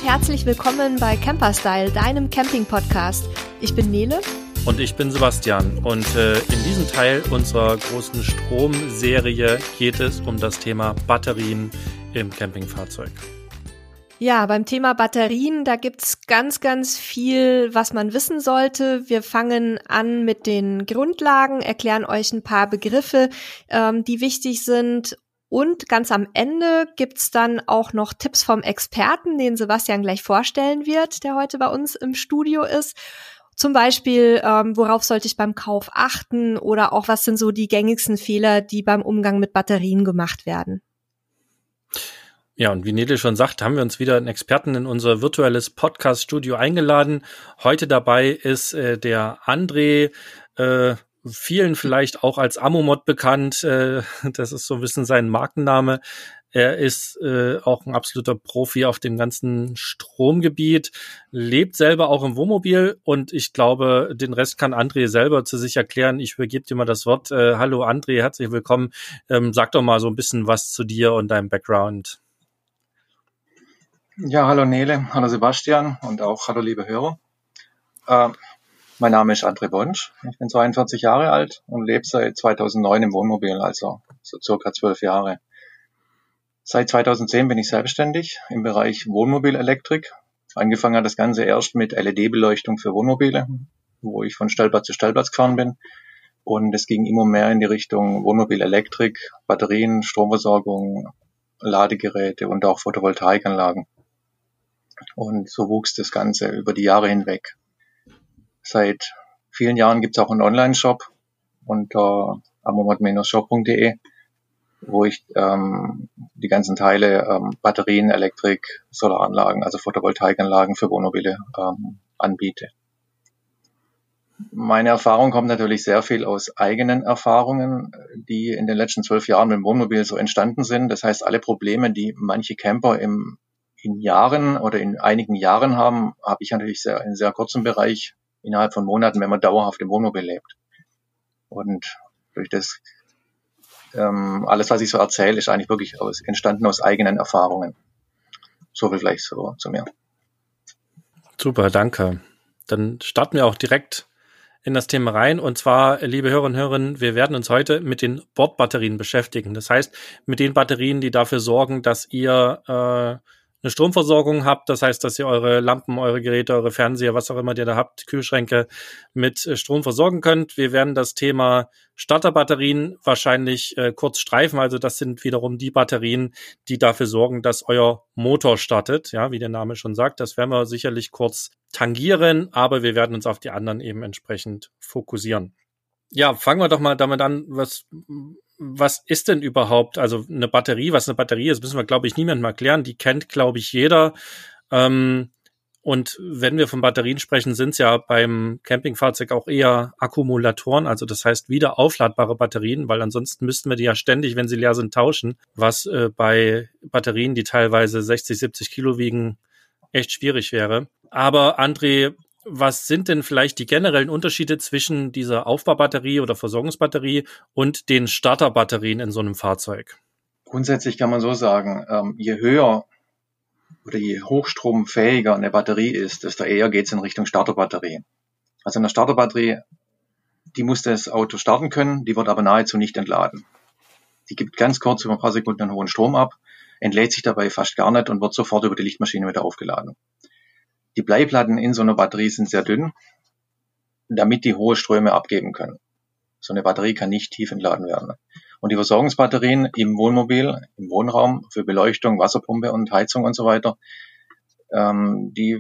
herzlich willkommen bei Camperstyle, deinem Camping-Podcast. Ich bin Nele. Und ich bin Sebastian. Und in diesem Teil unserer großen Stromserie geht es um das Thema Batterien im Campingfahrzeug. Ja, beim Thema Batterien, da gibt's ganz, ganz viel, was man wissen sollte. Wir fangen an mit den Grundlagen, erklären euch ein paar Begriffe, die wichtig sind. Und ganz am Ende gibt's dann auch noch Tipps vom Experten, den Sebastian gleich vorstellen wird, der heute bei uns im Studio ist. Zum Beispiel, worauf sollte ich beim Kauf achten oder auch was sind so die gängigsten Fehler, die beim Umgang mit Batterien gemacht werden. Ja, und wie Nele schon sagt, haben wir uns wieder einen Experten in unser virtuelles Podcast-Studio eingeladen. Heute dabei ist der André, vielen vielleicht auch als Amomod bekannt. Das ist so ein bisschen sein Markenname. Er ist auch ein absoluter Profi auf dem ganzen Stromgebiet, lebt selber auch im Wohnmobil und ich glaube, den Rest kann André selber zu sich erklären. Ich übergebe dir mal das Wort. Hallo André, herzlich willkommen. Sag doch mal so ein bisschen was zu dir und deinem Background. Ja, hallo Nele, hallo Sebastian und auch hallo liebe Hörer. Mein Name ist André Bonsch, ich bin 42 Jahre alt und lebe seit 2009 im Wohnmobil, also so circa 12 Jahre. Seit 2010 bin ich selbstständig im Bereich Wohnmobilelektrik. Angefangen hat das Ganze erst mit LED-Beleuchtung für Wohnmobile, wo ich von Stellplatz zu Stellplatz gefahren bin. Und es ging immer mehr in die Richtung Wohnmobilelektrik, Batterien, Stromversorgung, Ladegeräte und auch Photovoltaikanlagen. Und so wuchs das Ganze über die Jahre hinweg. Seit vielen Jahren gibt es auch einen Online-Shop unter amomod-shop.de, wo ich die ganzen Teile Batterien, Elektrik, Solaranlagen, also Photovoltaikanlagen für Wohnmobile anbiete. Meine Erfahrung kommt natürlich sehr viel aus eigenen Erfahrungen, die in den letzten 12 Jahren mit dem Wohnmobil so entstanden sind. Das heißt, alle Probleme, die manche Camper in Jahren oder in einigen Jahren haben, habe ich natürlich in sehr kurzem Bereich, innerhalb von Monaten, wenn man dauerhaft im Wohnmobil lebt. Und durch das, alles, was ich so erzähle, ist eigentlich wirklich entstanden aus eigenen Erfahrungen. So viel vielleicht so zu mir. Super, danke. Dann starten wir auch direkt in das Thema rein. Und zwar, liebe Hörerinnen und Hörer, wir werden uns heute mit den Bordbatterien beschäftigen. Das heißt, mit den Batterien, die dafür sorgen, dass ihr eine Stromversorgung habt. Das heißt, dass ihr eure Lampen, eure Geräte, eure Fernseher, was auch immer ihr da habt, Kühlschränke mit Strom versorgen könnt. Wir werden das Thema Starterbatterien wahrscheinlich kurz streifen. Also das sind wiederum die Batterien, die dafür sorgen, dass euer Motor startet. Ja, wie der Name schon sagt, das werden wir sicherlich kurz tangieren, aber wir werden uns auf die anderen eben entsprechend fokussieren. Ja, fangen wir doch mal damit an, was ist denn überhaupt, also eine Batterie, was eine Batterie ist, müssen wir, glaube ich, niemandem erklären. Die kennt, glaube ich, jeder. Und wenn wir von Batterien sprechen, sind es ja beim Campingfahrzeug auch eher Akkumulatoren, also das heißt wieder aufladbare Batterien, weil ansonsten müssten wir die ja ständig, wenn sie leer sind, tauschen, was bei Batterien, die teilweise 60, 70 Kilo wiegen, echt schwierig wäre. Aber André, was sind denn vielleicht die generellen Unterschiede zwischen dieser Aufbaubatterie oder Versorgungsbatterie und den Starterbatterien in so einem Fahrzeug? Grundsätzlich kann man so sagen, je höher oder je hochstromfähiger eine Batterie ist, desto eher geht es in Richtung Starterbatterie. Also eine Starterbatterie, die muss das Auto starten können, die wird aber nahezu nicht entladen. Die gibt ganz kurz über ein paar Sekunden einen hohen Strom ab, entlädt sich dabei fast gar nicht und wird sofort über die Lichtmaschine wieder aufgeladen. Die Bleiplatten in so einer Batterie sind sehr dünn, damit die hohe Ströme abgeben können. So eine Batterie kann nicht tief entladen werden. Und die Versorgungsbatterien im Wohnmobil, im Wohnraum für Beleuchtung, Wasserpumpe und Heizung und so weiter, die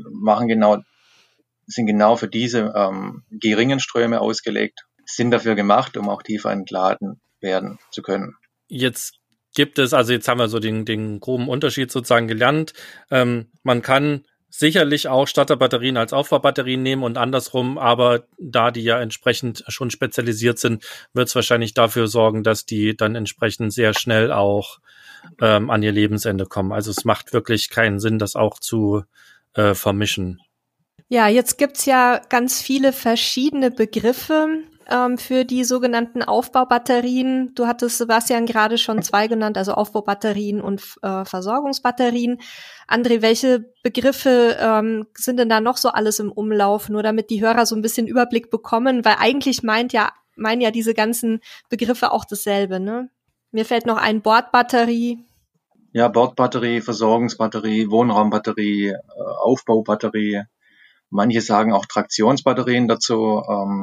sind genau für diese geringen Ströme ausgelegt, sind dafür gemacht, um auch tiefer entladen werden zu können. Jetzt haben wir so den groben Unterschied sozusagen gelernt. Man kann sicherlich auch Starterbatterien als Aufbaubatterien nehmen und andersrum, aber da die ja entsprechend schon spezialisiert sind, wird es wahrscheinlich dafür sorgen, dass die dann entsprechend sehr schnell auch an ihr Lebensende kommen. Also es macht wirklich keinen Sinn, das auch zu vermischen. Ja, jetzt gibt's ja ganz viele verschiedene Begriffe. für die sogenannten Aufbaubatterien. Du hattest, Sebastian, gerade schon 2 genannt, also Aufbaubatterien und Versorgungsbatterien. André, welche Begriffe sind denn da noch so alles im Umlauf, nur damit die Hörer so ein bisschen Überblick bekommen, weil eigentlich meinen ja diese ganzen Begriffe auch dasselbe, ne? Mir fällt noch ein Bordbatterie. Ja, Bordbatterie, Versorgungsbatterie, Wohnraumbatterie, Aufbaubatterie. Manche sagen auch Traktionsbatterien dazu.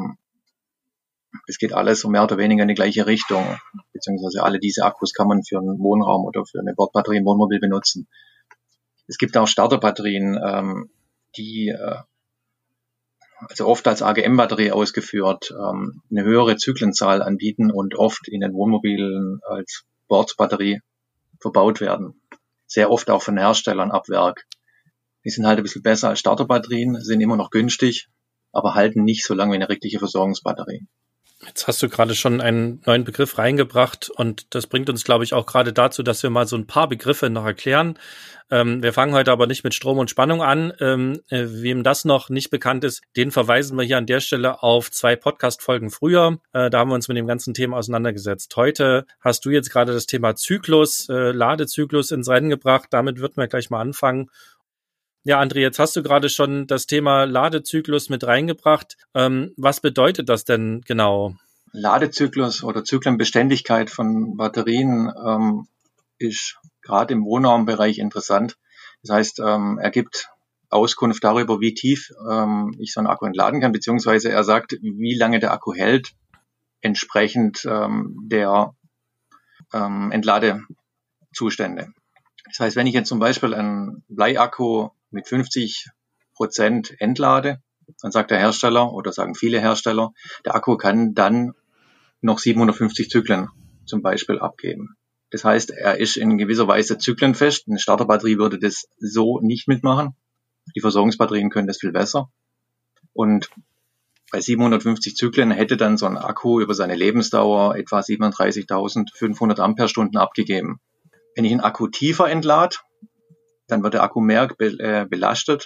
Es geht alles so mehr oder weniger in die gleiche Richtung, beziehungsweise alle diese Akkus kann man für einen Wohnraum oder für eine Bordbatterie im Wohnmobil benutzen. Es gibt auch Starterbatterien, die also oft als AGM-Batterie ausgeführt, eine höhere Zyklenzahl anbieten und oft in den Wohnmobilen als Bordbatterie verbaut werden. Sehr oft auch von Herstellern ab Werk. Die sind halt ein bisschen besser als Starterbatterien, sind immer noch günstig, aber halten nicht so lange wie eine richtige Versorgungsbatterie. Jetzt hast du gerade schon einen neuen Begriff reingebracht und das bringt uns, glaube ich, auch gerade dazu, dass wir mal so ein paar Begriffe noch erklären. Wir fangen heute aber nicht mit Strom und Spannung an. Wem das noch nicht bekannt ist, den verweisen wir hier an der Stelle auf 2 Podcast-Folgen früher. Da haben wir uns mit dem ganzen Thema auseinandergesetzt. Heute hast du jetzt gerade das Thema Zyklus, Ladezyklus ins Rennen gebracht. Damit würden wir gleich mal anfangen. Ja, André, jetzt hast du gerade schon das Thema Ladezyklus mit reingebracht. Was bedeutet das denn genau? Ladezyklus oder Zyklenbeständigkeit von Batterien ist gerade im Wohnraumbereich interessant. Das heißt, er gibt Auskunft darüber, wie tief ich so einen Akku entladen kann, beziehungsweise er sagt, wie lange der Akku hält, entsprechend der Entladezustände. Das heißt, wenn ich jetzt zum Beispiel einen Bleiakku mit 50% entlade, dann sagt der Hersteller oder sagen viele Hersteller, der Akku kann dann noch 750 Zyklen zum Beispiel abgeben. Das heißt, er ist in gewisser Weise zyklenfest. Eine Starterbatterie würde das so nicht mitmachen. Die Versorgungsbatterien können das viel besser. Und bei 750 Zyklen hätte dann so ein Akku über seine Lebensdauer etwa 37.500 Ampere-Stunden abgegeben. Wenn ich einen Akku tiefer entlade, dann wird der Akku mehr belastet,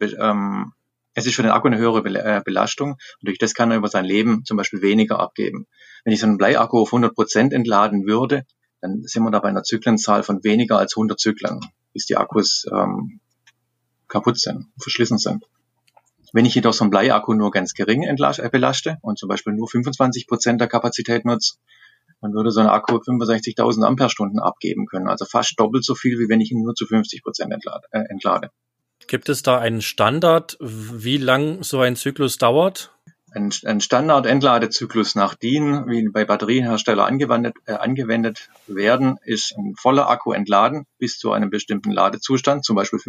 es ist für den Akku eine höhere Belastung und durch das kann er über sein Leben zum Beispiel weniger abgeben. Wenn ich so einen Bleiakku auf 100% entladen würde, dann sind wir da bei einer Zyklenzahl von weniger als 100 Zyklen, bis die Akkus kaputt sind, verschlissen sind. Wenn ich jedoch so einen Bleiakku nur ganz gering belaste und zum Beispiel nur 25% der Kapazität nutze, dann würde so ein Akku 65.000 Ampere-Stunden abgeben können, also fast doppelt so viel, wie wenn ich ihn nur zu 50% entlade. Gibt es da einen Standard, wie lang so ein Zyklus dauert? Ein Standard-Entladezyklus nach DIN, wie bei Batterienherstellern angewendet werden, ist ein voller Akku entladen bis zu einem bestimmten Ladezustand, zum Beispiel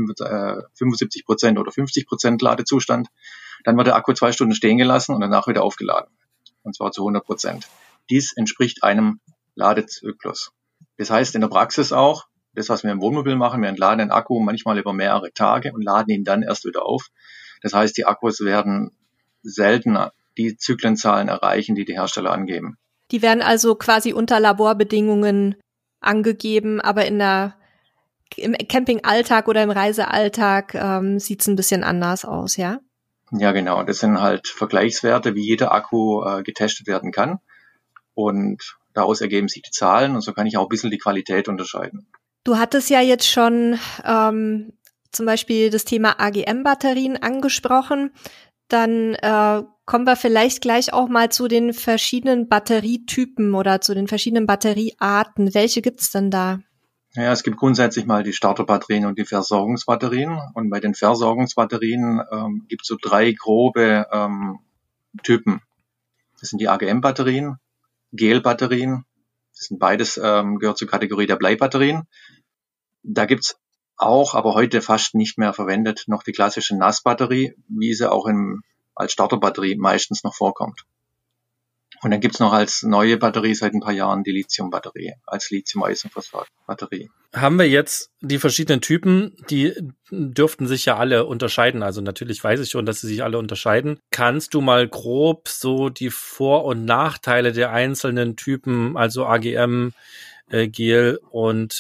75% oder 50% Ladezustand. Dann wird der Akku 2 Stunden stehen gelassen und danach wieder aufgeladen, und zwar zu 100%. Dies entspricht einem Ladezyklus. Das heißt in der Praxis auch, das, was wir im Wohnmobil machen, wir entladen den Akku manchmal über mehrere Tage und laden ihn dann erst wieder auf. Das heißt, die Akkus werden seltener die Zyklenzahlen erreichen, die die Hersteller angeben. Die werden also quasi unter Laborbedingungen angegeben, aber im Campingalltag oder im Reisealltag sieht's ein bisschen anders aus, ja? Ja, genau. Das sind halt Vergleichswerte, wie jeder Akku getestet werden kann. Und daraus ergeben sich die Zahlen und so kann ich auch ein bisschen die Qualität unterscheiden. Du hattest ja jetzt schon zum Beispiel das Thema AGM-Batterien angesprochen. Dann kommen wir vielleicht gleich auch mal zu den verschiedenen Batterietypen oder zu den verschiedenen Batteriearten. Welche gibt's denn da? Ja, es gibt grundsätzlich mal die Starterbatterien und die Versorgungsbatterien. Und bei den Versorgungsbatterien gibt es so 3 grobe Typen. Das sind die AGM-Batterien, Gel-Batterien. Das sind beides, gehört zur Kategorie der Bleibatterien. Da gibt's auch, aber heute fast nicht mehr verwendet, noch die klassische Nassbatterie, wie sie auch als Starterbatterie meistens noch vorkommt. Und dann gibt's noch als neue Batterie seit ein paar Jahren die Lithium-Batterie, als Lithium-Eisenphosphat-Batterie. Haben wir jetzt die verschiedenen Typen, die dürften sich ja alle unterscheiden. Also natürlich weiß ich schon, dass sie sich alle unterscheiden. Kannst du mal grob so die Vor- und Nachteile der einzelnen Typen, also AGM, Gel und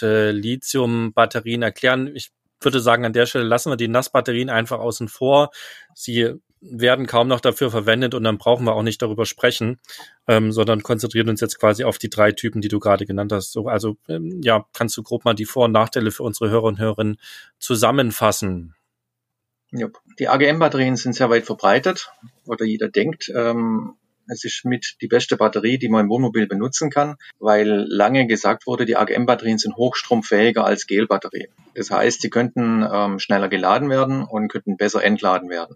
Lithium-Batterien erklären? Ich würde sagen, an der Stelle lassen wir die Nassbatterien einfach außen vor. Sie werden kaum noch dafür verwendet und dann brauchen wir auch nicht darüber sprechen, sondern konzentrieren uns jetzt quasi auf die 3 Typen, die du gerade genannt hast. So, also ja, kannst du grob mal die Vor- und Nachteile für unsere Hörer und Hörerinnen zusammenfassen? Jupp. Die AGM-Batterien sind sehr weit verbreitet, oder jeder denkt, es ist mit die beste Batterie, die man im Wohnmobil benutzen kann, weil lange gesagt wurde, die AGM-Batterien sind hochstromfähiger als Gel-Batterien. Das heißt, sie könnten schneller geladen werden und könnten besser entladen werden.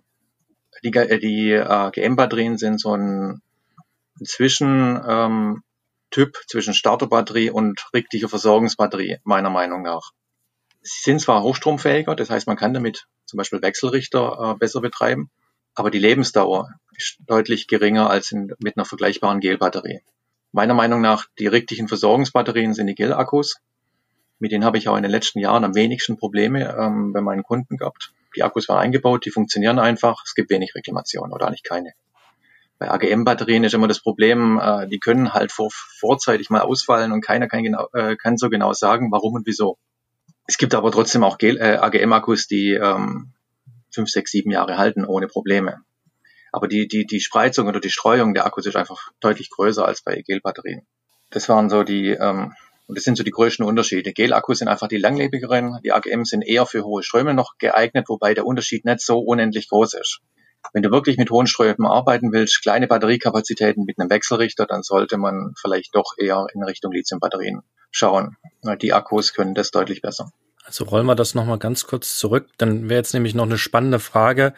Die AGM-Batterien sind so ein Zwischentyp zwischen Starterbatterie und richtiger Versorgungsbatterie, meiner Meinung nach. Sie sind zwar hochstromfähiger, das heißt, man kann damit zum Beispiel Wechselrichter besser betreiben, aber die Lebensdauer ist deutlich geringer als mit einer vergleichbaren Gel-Batterie. Meiner Meinung nach, die richtigen Versorgungsbatterien sind die Gel-Akkus. Mit denen habe ich auch in den letzten Jahren am wenigsten Probleme bei meinen Kunden gehabt. Die Akkus waren eingebaut, die funktionieren einfach, es gibt wenig Reklamationen oder eigentlich keine. Bei AGM-Batterien ist immer das Problem, die können halt vorzeitig mal ausfallen und keiner kann so genau sagen, warum und wieso. Es gibt aber trotzdem auch AGM-Akkus, die 5, 6, 7 Jahre halten ohne Probleme. Aber die Spreizung oder die Streuung der Akkus ist einfach deutlich größer als bei Gel-Batterien. Das waren so das sind so die größten Unterschiede. Gel-Akkus sind einfach die langlebigeren, die AGM sind eher für hohe Ströme noch geeignet, wobei der Unterschied nicht so unendlich groß ist. Wenn du wirklich mit hohen Strömen arbeiten willst, kleine Batteriekapazitäten mit einem Wechselrichter, dann sollte man vielleicht doch eher in Richtung Lithium-Batterien schauen. Die Akkus können das deutlich besser. Also rollen wir das nochmal ganz kurz zurück. Dann wäre jetzt nämlich noch eine spannende Frage.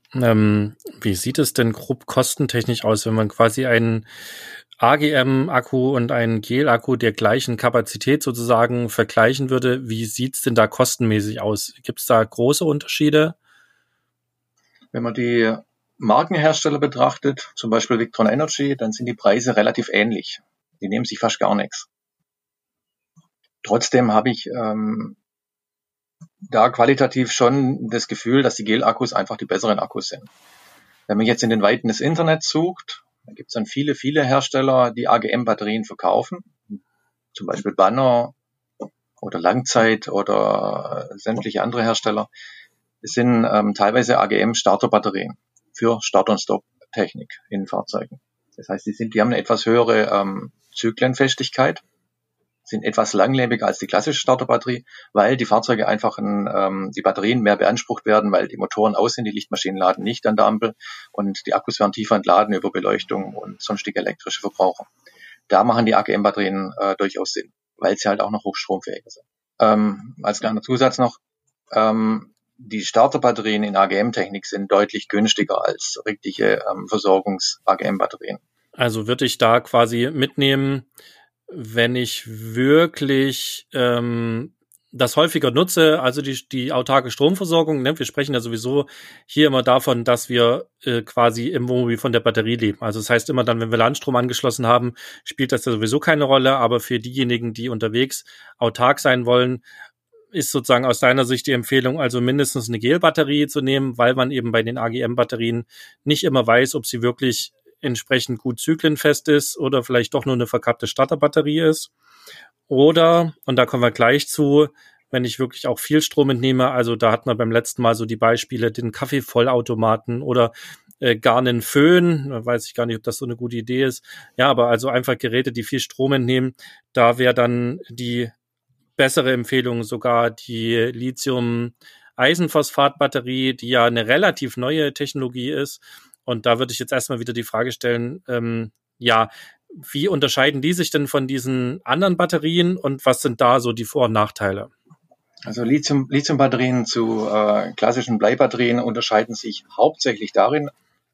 Wie sieht es denn grob kostentechnisch aus, wenn man quasi einen AGM-Akku und einen Gel-Akku der gleichen Kapazität sozusagen vergleichen würde? Wie sieht's denn da kostenmäßig aus? Gibt es da große Unterschiede? Wenn man die Markenhersteller betrachtet, zum Beispiel Victron Energy, dann sind die Preise relativ ähnlich. Die nehmen sich fast gar nichts. Trotzdem habe ich da qualitativ schon das Gefühl, dass die Gel-Akkus einfach die besseren Akkus sind. Wenn man jetzt in den Weiten des Internets sucht, da gibt es dann viele Hersteller, die AGM-Batterien verkaufen, zum Beispiel Banner oder Langzeit oder sämtliche andere Hersteller. Es sind teilweise AGM-Starterbatterien für Start- und Stop-Technik in Fahrzeugen. Das heißt, die haben eine etwas höhere Zyklenfestigkeit, sind etwas langlebiger als die klassische Starterbatterie, weil die Fahrzeuge einfach die Batterien mehr beansprucht werden, weil die Motoren aus sind, die Lichtmaschinen laden nicht an der Ampel und die Akkus werden tiefer entladen über Beleuchtung und sonstige elektrische Verbraucher. Da machen die AGM-Batterien durchaus Sinn, weil sie halt auch noch hochstromfähiger sind. Als kleiner Zusatz noch, die Starterbatterien in AGM-Technik sind deutlich günstiger als richtige Versorgungs-AGM-Batterien. Also würde ich da quasi mitnehmen, wenn ich wirklich das häufiger nutze, also die autarke Stromversorgung, ne? Wir sprechen ja sowieso hier immer davon, dass wir quasi im Wohnmobil von der Batterie leben. Also das heißt immer dann, wenn wir Landstrom angeschlossen haben, spielt das ja sowieso keine Rolle, aber für diejenigen, die unterwegs autark sein wollen, ist sozusagen aus deiner Sicht die Empfehlung, also mindestens eine Gel-Batterie zu nehmen, weil man eben bei den AGM-Batterien nicht immer weiß, ob sie wirklich entsprechend gut zyklenfest ist oder vielleicht doch nur eine verkappte Starterbatterie ist. Oder, und da kommen wir gleich zu, wenn ich wirklich auch viel Strom entnehme, also da hatten wir beim letzten Mal so die Beispiele, den Kaffeevollautomaten oder gar einen Föhn, da weiß ich gar nicht, ob das so eine gute Idee ist. Ja, aber also einfach Geräte, die viel Strom entnehmen, da wäre dann die bessere Empfehlung sogar die Lithium-Eisenphosphat-Batterie, die ja eine relativ neue Technologie ist. Und da würde ich jetzt erstmal wieder die Frage stellen, wie unterscheiden die sich denn von diesen anderen Batterien und was sind da so die Vor- und Nachteile? Also Lithium-Batterien zu klassischen Bleibatterien unterscheiden sich hauptsächlich darin,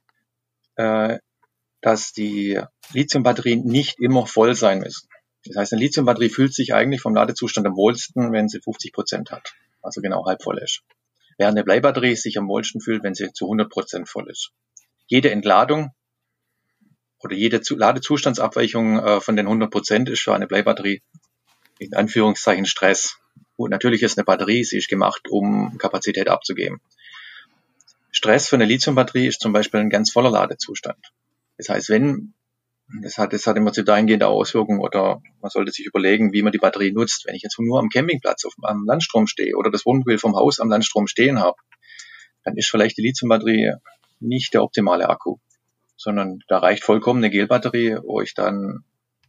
dass die Lithium-Batterien nicht immer voll sein müssen. Das heißt, eine Lithium-Batterie fühlt sich eigentlich vom Ladezustand am wohlsten, wenn sie 50% hat, also genau halb voll ist. Während eine Bleibatterie sich am wohlsten fühlt, wenn sie zu 100% voll ist. Jede Entladung oder jede Ladezustandsabweichung von den 100% ist für eine Bleibatterie in Anführungszeichen Stress. Gut, natürlich ist eine Batterie, sie ist gemacht, um Kapazität abzugeben. Stress für eine Lithiumbatterie ist zum Beispiel ein ganz voller Ladezustand. Das heißt, das hat immer zu dahingehende Auswirkungen oder man sollte sich überlegen, wie man die Batterie nutzt. Wenn ich jetzt nur am Campingplatz am Landstrom stehe oder das Wohnmobil vom Haus am Landstrom stehen habe, dann ist vielleicht die Lithiumbatterie nicht der optimale Akku, sondern da reicht vollkommen eine Gelbatterie, wo ich dann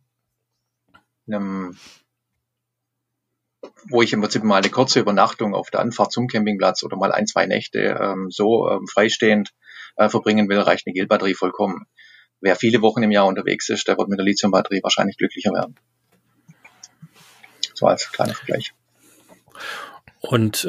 wo ich im Prinzip mal eine kurze Übernachtung auf der Anfahrt zum Campingplatz oder mal 1, 2 Nächte freistehend verbringen will, reicht eine Gelbatterie vollkommen. Wer viele Wochen im Jahr unterwegs ist, der wird mit der Lithiumbatterie wahrscheinlich glücklicher werden. So als kleiner Vergleich. Und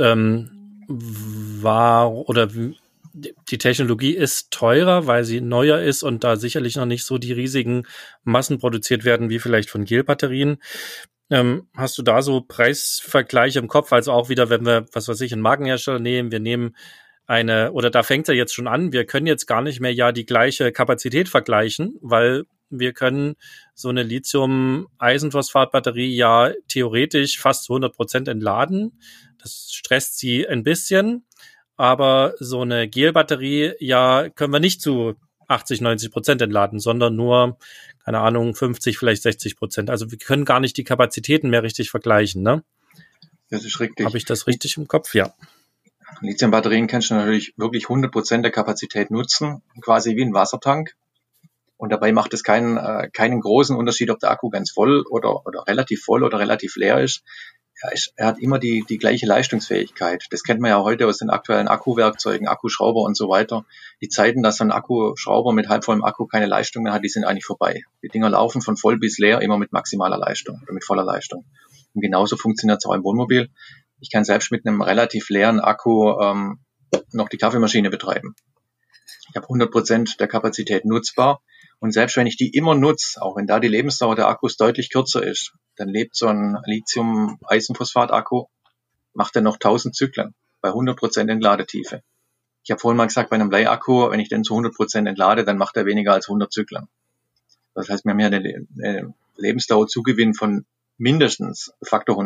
die Technologie ist teurer, weil sie neuer ist und da sicherlich noch nicht so die riesigen Massen produziert werden wie vielleicht von Gelbatterien. Hast du da so Preisvergleiche im Kopf? Also auch wieder, wenn wir, was weiß ich, einen Markenhersteller nehmen, wir nehmen da fängt er jetzt schon an, wir können jetzt gar nicht mehr ja die gleiche Kapazität vergleichen, weil wir können so eine Lithium-Eisenphosphat-Batterie ja theoretisch fast zu 100% entladen. Das stresst sie ein bisschen, aber so eine Gelbatterie, ja, können wir nicht zu 80-90% entladen, sondern nur, keine Ahnung, 50, vielleicht 60%. Also wir können gar nicht die Kapazitäten mehr richtig vergleichen, ne? Das ist richtig. Habe ich das richtig im Kopf? Ja. Lithium-Batterien kannst du natürlich wirklich 100% der Kapazität nutzen, quasi wie ein Wassertank. Und dabei macht es keinen großen Unterschied, ob der Akku ganz voll oder relativ voll oder relativ leer ist. Er hat immer die gleiche Leistungsfähigkeit. Das kennt man ja heute aus den aktuellen Akkuwerkzeugen, Akkuschrauber und so weiter. Die Zeiten, dass so ein Akkuschrauber mit halbvollem Akku keine Leistung mehr hat, die sind eigentlich vorbei. Die Dinger laufen von voll bis leer immer mit maximaler Leistung oder mit voller Leistung. Und genauso funktioniert es auch im Wohnmobil. Ich kann selbst mit einem relativ leeren Akku noch die Kaffeemaschine betreiben. Ich habe 100% der Kapazität nutzbar. Und selbst wenn ich die immer nutze, auch wenn da die Lebensdauer der Akkus deutlich kürzer ist, dann lebt so ein Lithium-Eisenphosphat-Akku, macht er noch 1000 Zyklen bei 100% Entladetiefe. Ich habe vorhin mal gesagt, bei einem Bleiakku, wenn ich den zu 100% entlade, dann macht er weniger als 100 Zyklen. Das heißt, wir haben hier eine Lebensdauerzugewinn von mindestens Faktor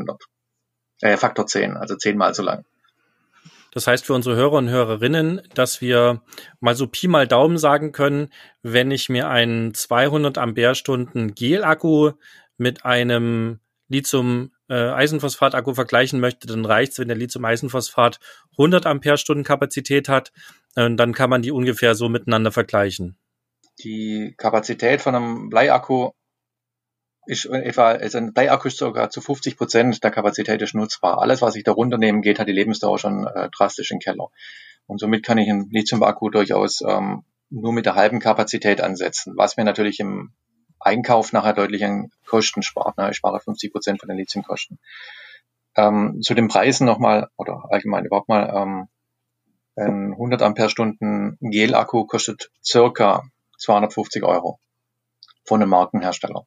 10, also 10-mal so lang. Das heißt für unsere Hörer und Hörerinnen, dass wir mal so Pi mal Daumen sagen können, wenn ich mir einen 200 Ampere-Stunden Gel-Akku mit einem Lithium-Eisenphosphat-Akku vergleichen möchte, dann reicht's, wenn der Lithium-Eisenphosphat 100 Ampere-Stunden Kapazität hat, dann kann man die ungefähr so miteinander vergleichen. Die Kapazität von einem Bleiakku ist ein Bleiakku ist sogar zu 50% der Kapazität ist nutzbar. Alles, was ich da runternehmen geht, hat die Lebensdauer schon drastisch im Keller. Und somit kann ich einen Lithium-Akku durchaus nur mit der halben Kapazität ansetzen, was mir natürlich im Einkauf nachher deutlich an Kosten spart. Ich spare 50% von den Lithiumkosten. Zu den Preisen nochmal, oder allgemein überhaupt mal, ein 100 Ampere-Stunden Gel-Akku kostet circa 250 € von einem Markenhersteller.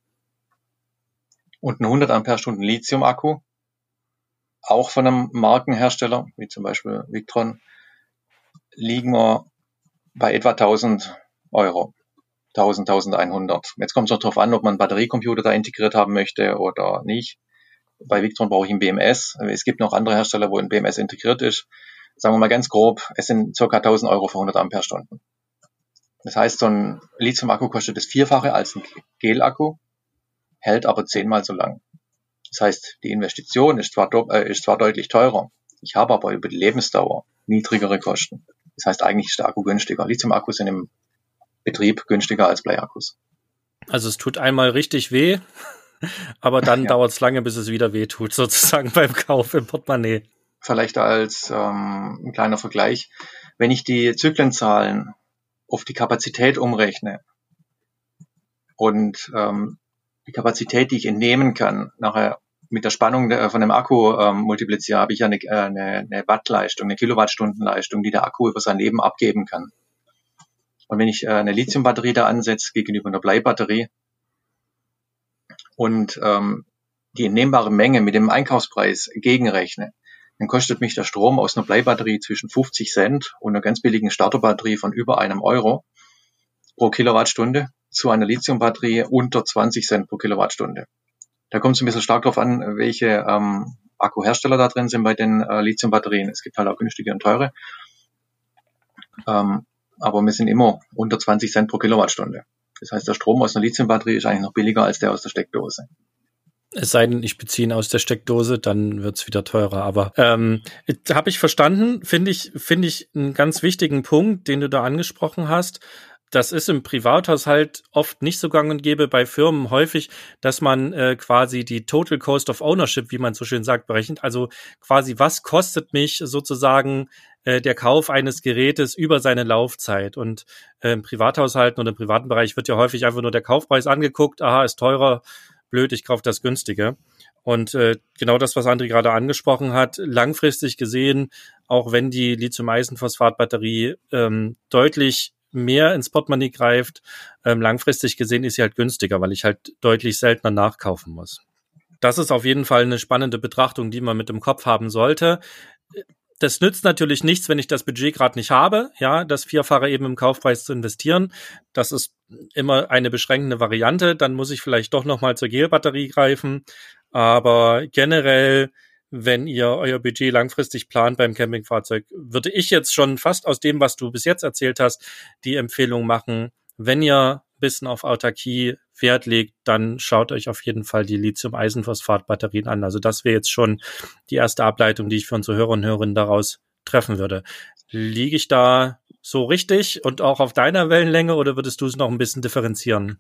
Und ein 100 Ampere-Stunden Lithium-Akku, auch von einem Markenhersteller, wie zum Beispiel Victron, liegen wir bei etwa 1000 €. 1000, 1100. Jetzt kommt es noch darauf an, ob man einen Batteriecomputer da integriert haben möchte oder nicht. Bei Victron brauche ich einen BMS. Es gibt noch andere Hersteller, wo ein BMS integriert ist. Sagen wir mal ganz grob, es sind ca. 1000 € für 100 Ampere-Stunden. Das heißt, so ein Lithium-Akku kostet das Vierfache als ein Gel-Akku, hält aber 10-mal so lang. Das heißt, die Investition ist zwar deutlich teurer, ich habe aber über die Lebensdauer niedrigere Kosten. Das heißt, eigentlich ist der Akku günstiger. Lithium-Akkus sind im Betrieb günstiger als Bleiakkus. Also es tut einmal richtig weh, aber dann dauert es lange, bis es wieder weh tut, sozusagen beim Kauf im Portemonnaie. Vielleicht als ein kleiner Vergleich, wenn ich die Zyklenzahlen auf die Kapazität umrechne und die Kapazität, die ich entnehmen kann, nachher mit der Spannung von dem Akku multipliziere, habe ich ja eine Wattleistung, eine Kilowattstundenleistung, die der Akku über sein Leben abgeben kann. Und wenn ich eine Lithiumbatterie da ansetze gegenüber einer Bleibatterie und die entnehmbare Menge mit dem Einkaufspreis gegenrechne, dann kostet mich der Strom aus einer Bleibatterie zwischen 50 Cent und einer ganz billigen Starterbatterie von über €1 pro Kilowattstunde zu einer Lithiumbatterie unter 20 Cent pro Kilowattstunde. Da kommt es ein bisschen stark darauf an, welche Akkuhersteller da drin sind bei den Lithiumbatterien. Es gibt halt auch günstige und teure. Aber wir sind immer unter 20 Cent pro Kilowattstunde. Das heißt, der Strom aus einer Lithiumbatterie ist eigentlich noch billiger als der aus der Steckdose. Es sei denn, ich beziehe ihn aus der Steckdose, dann wird's wieder teurer. Aber habe ich verstanden, finde ich einen ganz wichtigen Punkt, den du da angesprochen hast. Das ist im Privathaushalt oft nicht so gang und gäbe, bei Firmen häufig, dass man quasi die Total Cost of Ownership, wie man so schön sagt, berechnet. Also quasi, was kostet mich sozusagen der Kauf eines Gerätes über seine Laufzeit? Und im Privathaushalten oder im privaten Bereich wird ja häufig einfach nur der Kaufpreis angeguckt. Aha, ist teurer. Blöd, ich kaufe das günstige. Und genau das, was André gerade angesprochen hat, langfristig gesehen, auch wenn die Lithium-Eisenphosphat-Batterie deutlich mehr ins Portemonnaie greift, langfristig gesehen ist sie halt günstiger, weil ich halt deutlich seltener nachkaufen muss. Das ist auf jeden Fall eine spannende Betrachtung, die man mit im Kopf haben sollte. Das nützt natürlich nichts, wenn ich das Budget gerade nicht habe, ja, das Vierfache eben im Kaufpreis zu investieren. Das ist immer eine beschränkende Variante. Dann muss ich vielleicht doch nochmal zur Gelbatterie greifen. Aber generell, wenn ihr euer Budget langfristig plant beim Campingfahrzeug, würde ich jetzt schon fast aus dem, was du bis jetzt erzählt hast, die Empfehlung machen, wenn ihr ein bisschen auf Autarkie Wert legt, dann schaut euch auf jeden Fall die Lithium-Eisenphosphat-Batterien an. Also das wäre jetzt schon die erste Ableitung, die ich für unsere Hörer und Hörerinnen daraus treffen würde. Liege ich da so richtig und auch auf deiner Wellenlänge oder würdest du es noch ein bisschen differenzieren?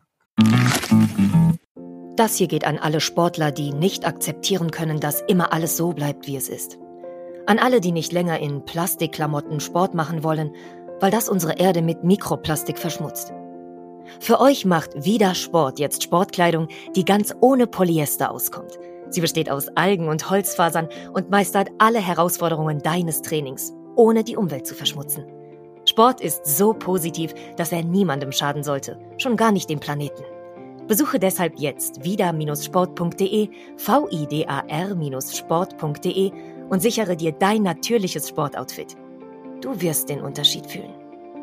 Das hier geht an alle Sportler, die nicht akzeptieren können, dass immer alles so bleibt, wie es ist. An alle, die nicht länger in Plastikklamotten Sport machen wollen, weil das unsere Erde mit Mikroplastik verschmutzt. Für euch macht Vida Sport jetzt Sportkleidung, die ganz ohne Polyester auskommt. Sie besteht aus Algen und Holzfasern und meistert alle Herausforderungen deines Trainings, ohne die Umwelt zu verschmutzen. Sport ist so positiv, dass er niemandem schaden sollte, schon gar nicht dem Planeten. Besuche deshalb jetzt vida-sport.de, vidar-sport.de und sichere dir dein natürliches Sportoutfit. Du wirst den Unterschied fühlen.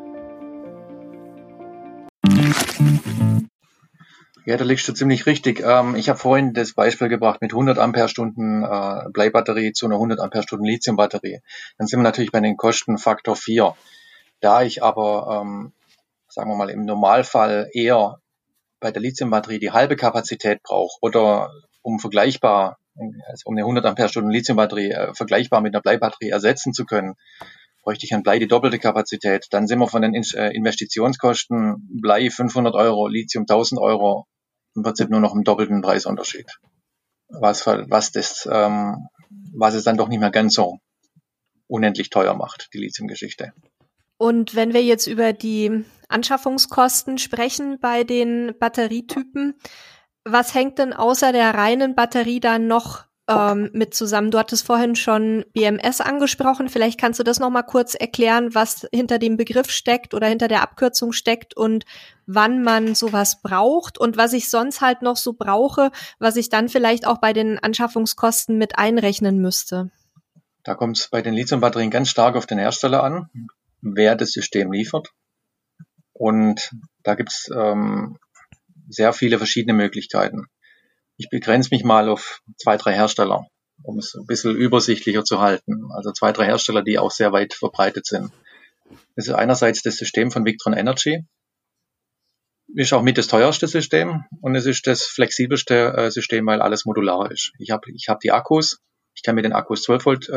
Ja, da liegst du ziemlich richtig. Ich habe vorhin das Beispiel gebracht mit 100 Ampere-Stunden Bleibatterie zu einer 100 Ampere-Stunden Lithium-Batterie. Dann sind wir natürlich bei den Kosten Faktor 4. Da ich aber, sagen wir mal, im Normalfall eher bei der Lithium-Batterie die halbe Kapazität brauche oder um eine 100 Ampere-Stunden Lithium-Batterie vergleichbar mit einer Bleibatterie ersetzen zu können, bräuchte ich an Blei die doppelte Kapazität. Dann sind wir von den Investitionskosten Blei 500 Euro, Lithium 1000 Euro, im Prinzip nur noch im doppelten Preisunterschied. Was es dann doch nicht mehr ganz so unendlich teuer macht, die Lithium-Geschichte. Und wenn wir jetzt über die Anschaffungskosten sprechen bei den Batterietypen, was hängt denn außer der reinen Batterie dann noch mit zusammen? Du hattest vorhin schon BMS angesprochen. Vielleicht kannst du das noch mal kurz erklären, was hinter dem Begriff steckt oder hinter der Abkürzung steckt und wann man sowas braucht und was ich sonst halt noch so brauche, was ich dann vielleicht auch bei den Anschaffungskosten mit einrechnen müsste. Da kommt es bei den Lithium-Batterien ganz stark auf den Hersteller an, wer das System liefert. Und da gibt es sehr viele verschiedene Möglichkeiten. Ich begrenze mich mal auf 2, 3 Hersteller, um es ein bisschen übersichtlicher zu halten. Also 2, 3 Hersteller, die auch sehr weit verbreitet sind. Das ist einerseits das System von Victron Energy. Ist auch mit das teuerste System und es ist das flexibelste System, weil alles modular ist. Ich hab die Akkus. Ich kann mit den Akkus 12 Volt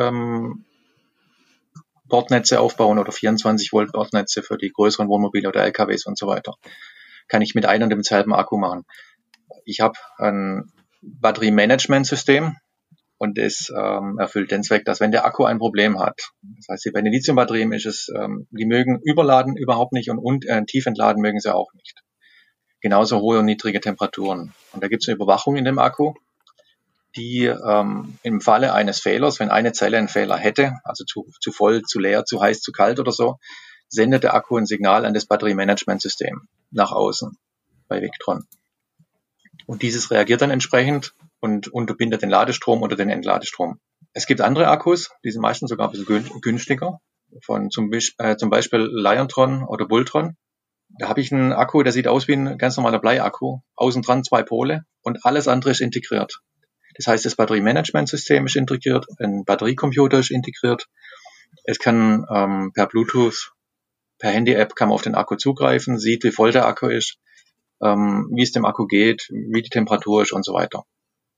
Bordnetze aufbauen oder 24 Volt Bordnetze für die größeren Wohnmobile oder LKWs und so weiter. Kann ich mit einem und demselben Akku machen. Ich habe ein Batteriemanagementsystem und das erfüllt den Zweck, dass wenn der Akku ein Problem hat, das heißt, bei den Lithiumbatterien ist es, die mögen überladen überhaupt nicht und tief entladen mögen sie auch nicht. Genauso hohe und niedrige Temperaturen. Und da gibt es eine Überwachung in dem Akku, die im Falle eines Fehlers, wenn eine Zelle einen Fehler hätte, also zu voll, zu leer, zu heiß, zu kalt oder so, sendet der Akku ein Signal an das Batteriemanagementsystem nach außen bei Victron. Und dieses reagiert dann entsprechend und unterbindet den Ladestrom oder den Entladestrom. Es gibt andere Akkus, die sind meistens sogar ein bisschen günstiger, von zum Beispiel Liontron oder Bultron. Da habe ich einen Akku, der sieht aus wie ein ganz normaler Bleiakku, außen dran 2 Pole und alles andere ist integriert. Das heißt, das Batteriemanagementsystem ist integriert, ein Batteriecomputer ist integriert. Es kann per Bluetooth, per Handy-App kann man auf den Akku zugreifen, sieht, wie voll der Akku ist, wie es dem Akku geht, wie die Temperatur ist und so weiter.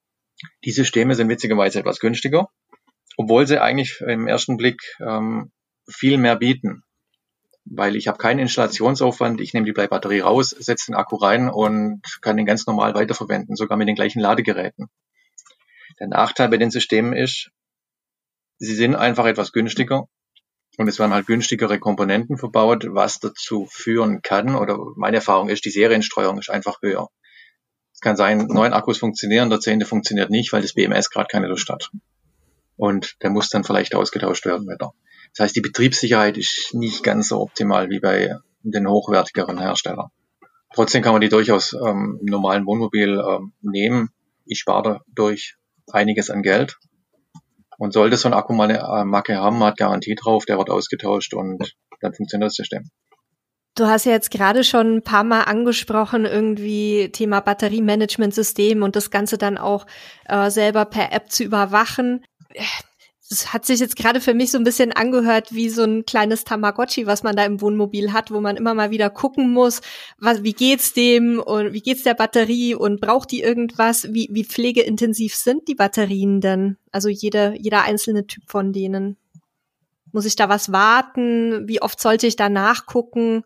Die Systeme sind witzigerweise etwas günstiger, obwohl sie eigentlich im ersten Blick viel mehr bieten. Weil ich habe keinen Installationsaufwand, ich nehme die Bleibatterie raus, setze den Akku rein und kann den ganz normal weiterverwenden, sogar mit den gleichen Ladegeräten. Der Nachteil bei den Systemen ist, sie sind einfach etwas günstiger und es werden halt günstigere Komponenten verbaut, was dazu führen kann, oder meine Erfahrung ist, die Serienstreuung ist einfach höher. Es kann sein, 9 Akkus funktionieren, der 10. funktioniert nicht, weil das BMS gerade keine Lust hat. Und der muss dann vielleicht ausgetauscht werden wieder. Das heißt, die Betriebssicherheit ist nicht ganz so optimal wie bei den hochwertigeren Herstellern. Trotzdem kann man die durchaus im normalen Wohnmobil nehmen. Ich spare dadurch einiges an Geld. Und sollte so ein Akku mal eine Macke haben, man hat Garantie drauf, der wird ausgetauscht und dann funktioniert das System. Du hast ja jetzt gerade schon ein paar Mal angesprochen, irgendwie Thema Batteriemanagementsystem und das Ganze dann auch selber per App zu überwachen. Das hat sich jetzt gerade für mich so ein bisschen angehört wie so ein kleines Tamagotchi, was man da im Wohnmobil hat, wo man immer mal wieder gucken muss, wie geht's dem und wie geht's der Batterie und braucht die irgendwas? Wie pflegeintensiv sind die Batterien denn? Also jeder einzelne Typ von denen. Muss ich da was warten? Wie oft sollte ich da nachgucken?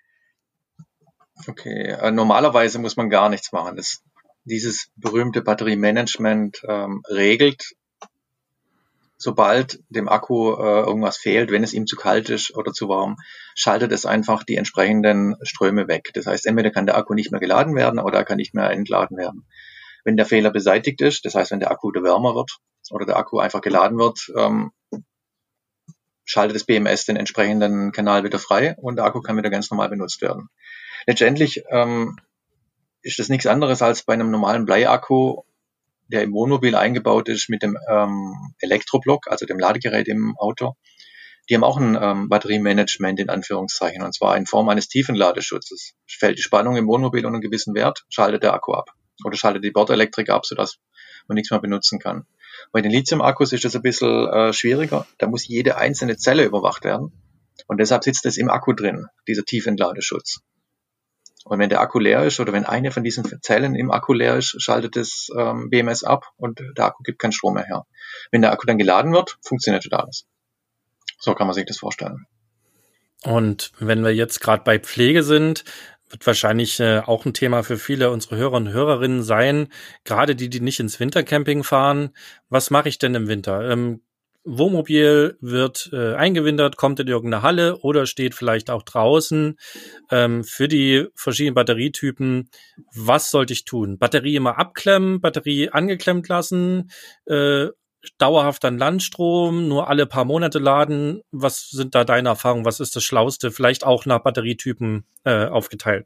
Okay, normalerweise muss man gar nichts machen. Dieses berühmte Batteriemanagement regelt, sobald dem Akku irgendwas fehlt, wenn es ihm zu kalt ist oder zu warm, schaltet es einfach die entsprechenden Ströme weg. Das heißt, entweder kann der Akku nicht mehr geladen werden oder er kann nicht mehr entladen werden. Wenn der Fehler beseitigt ist, das heißt, wenn der Akku wärmer wird oder der Akku einfach geladen wird, schaltet das BMS den entsprechenden Kanal wieder frei und der Akku kann wieder ganz normal benutzt werden. Letztendlich ist das nichts anderes als bei einem normalen Bleiakku, der im Wohnmobil eingebaut ist mit dem Elektroblock, also dem Ladegerät im Auto. Die haben auch ein Batteriemanagement in Anführungszeichen, und zwar in Form eines Tiefenladeschutzes. Fällt die Spannung im Wohnmobil unter einen gewissen Wert, schaltet der Akku ab oder schaltet die Bordelektrik ab, sodass man nichts mehr benutzen kann. Bei den Lithium-Akkus ist das ein bisschen schwieriger. Da muss jede einzelne Zelle überwacht werden und deshalb sitzt es im Akku drin, dieser Tiefentladeschutz. Und wenn der Akku leer ist oder wenn eine von diesen Zellen im Akku leer ist, schaltet das BMS ab und der Akku gibt keinen Strom mehr her. Wenn der Akku dann geladen wird, funktioniert das alles. So kann man sich das vorstellen. Und wenn wir jetzt gerade bei Pflege sind, wird wahrscheinlich auch ein Thema für viele unserer Hörer und Hörerinnen sein, gerade die nicht ins Wintercamping fahren. Was mache ich denn im Winter? Wohnmobil wird eingewintert, kommt in irgendeine Halle oder steht vielleicht auch draußen. Für die verschiedenen Batterietypen, was sollte ich tun? Batterie immer abklemmen, Batterie angeklemmt lassen, dauerhaft an Landstrom, nur alle paar Monate laden. Was sind da deine Erfahrungen? Was ist das Schlauste? Vielleicht auch nach Batterietypen aufgeteilt.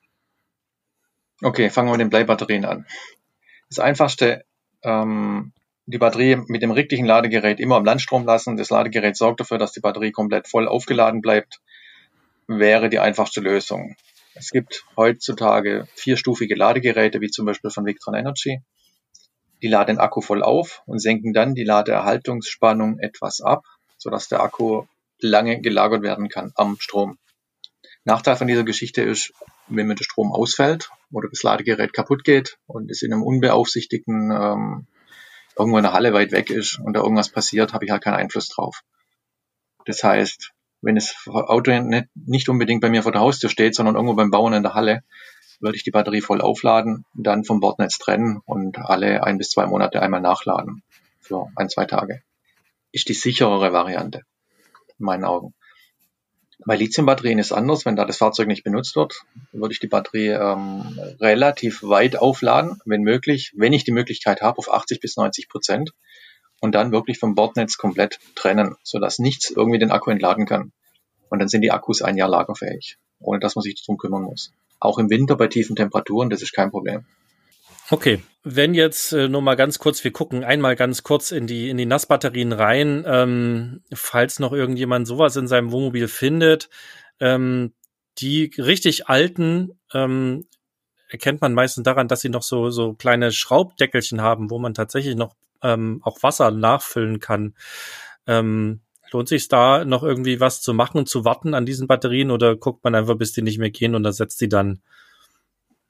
Okay, fangen wir mit den Bleibatterien an. Das Einfachste, die Batterie mit dem richtigen Ladegerät immer am Landstrom lassen. Das Ladegerät sorgt dafür, dass die Batterie komplett voll aufgeladen bleibt, wäre die einfachste Lösung. Es gibt heutzutage 4-stufige Ladegeräte, wie zum Beispiel von Victron Energy. Die laden den Akku voll auf und senken dann die Ladeerhaltungsspannung etwas ab, sodass der Akku lange gelagert werden kann am Strom. Nachteil von dieser Geschichte ist, wenn mir der Strom ausfällt oder das Ladegerät kaputt geht und es in einem unbeaufsichtigten irgendwo in der Halle weit weg ist und da irgendwas passiert, habe ich halt keinen Einfluss drauf. Das heißt, wenn das Auto nicht unbedingt bei mir vor der Haustür steht, sondern irgendwo beim Bauern in der Halle, würde ich die Batterie voll aufladen, dann vom Bordnetz trennen und alle 1 bis 2 Monate einmal nachladen für 1-2 Tage. Ist die sicherere Variante, in meinen Augen. Bei Lithiumbatterien ist es anders. Wenn da das Fahrzeug nicht benutzt wird, würde ich die Batterie relativ weit aufladen, wenn möglich, wenn ich die Möglichkeit habe, auf 80-90% und dann wirklich vom Bordnetz komplett trennen, sodass nichts irgendwie den Akku entladen kann. Und dann sind die Akkus 1 Jahr lagerfähig, ohne dass man sich darum kümmern muss. Auch im Winter bei tiefen Temperaturen, das ist kein Problem. Okay, wenn jetzt nur mal ganz kurz, wir gucken einmal ganz kurz in die Nassbatterien rein, falls noch irgendjemand sowas in seinem Wohnmobil findet. Die richtig alten erkennt man meistens daran, dass sie noch so kleine Schraubdeckelchen haben, wo man tatsächlich noch auch Wasser nachfüllen kann. Lohnt sich da noch irgendwie was zu machen und zu warten an diesen Batterien oder guckt man einfach, bis die nicht mehr gehen und ersetzt die dann?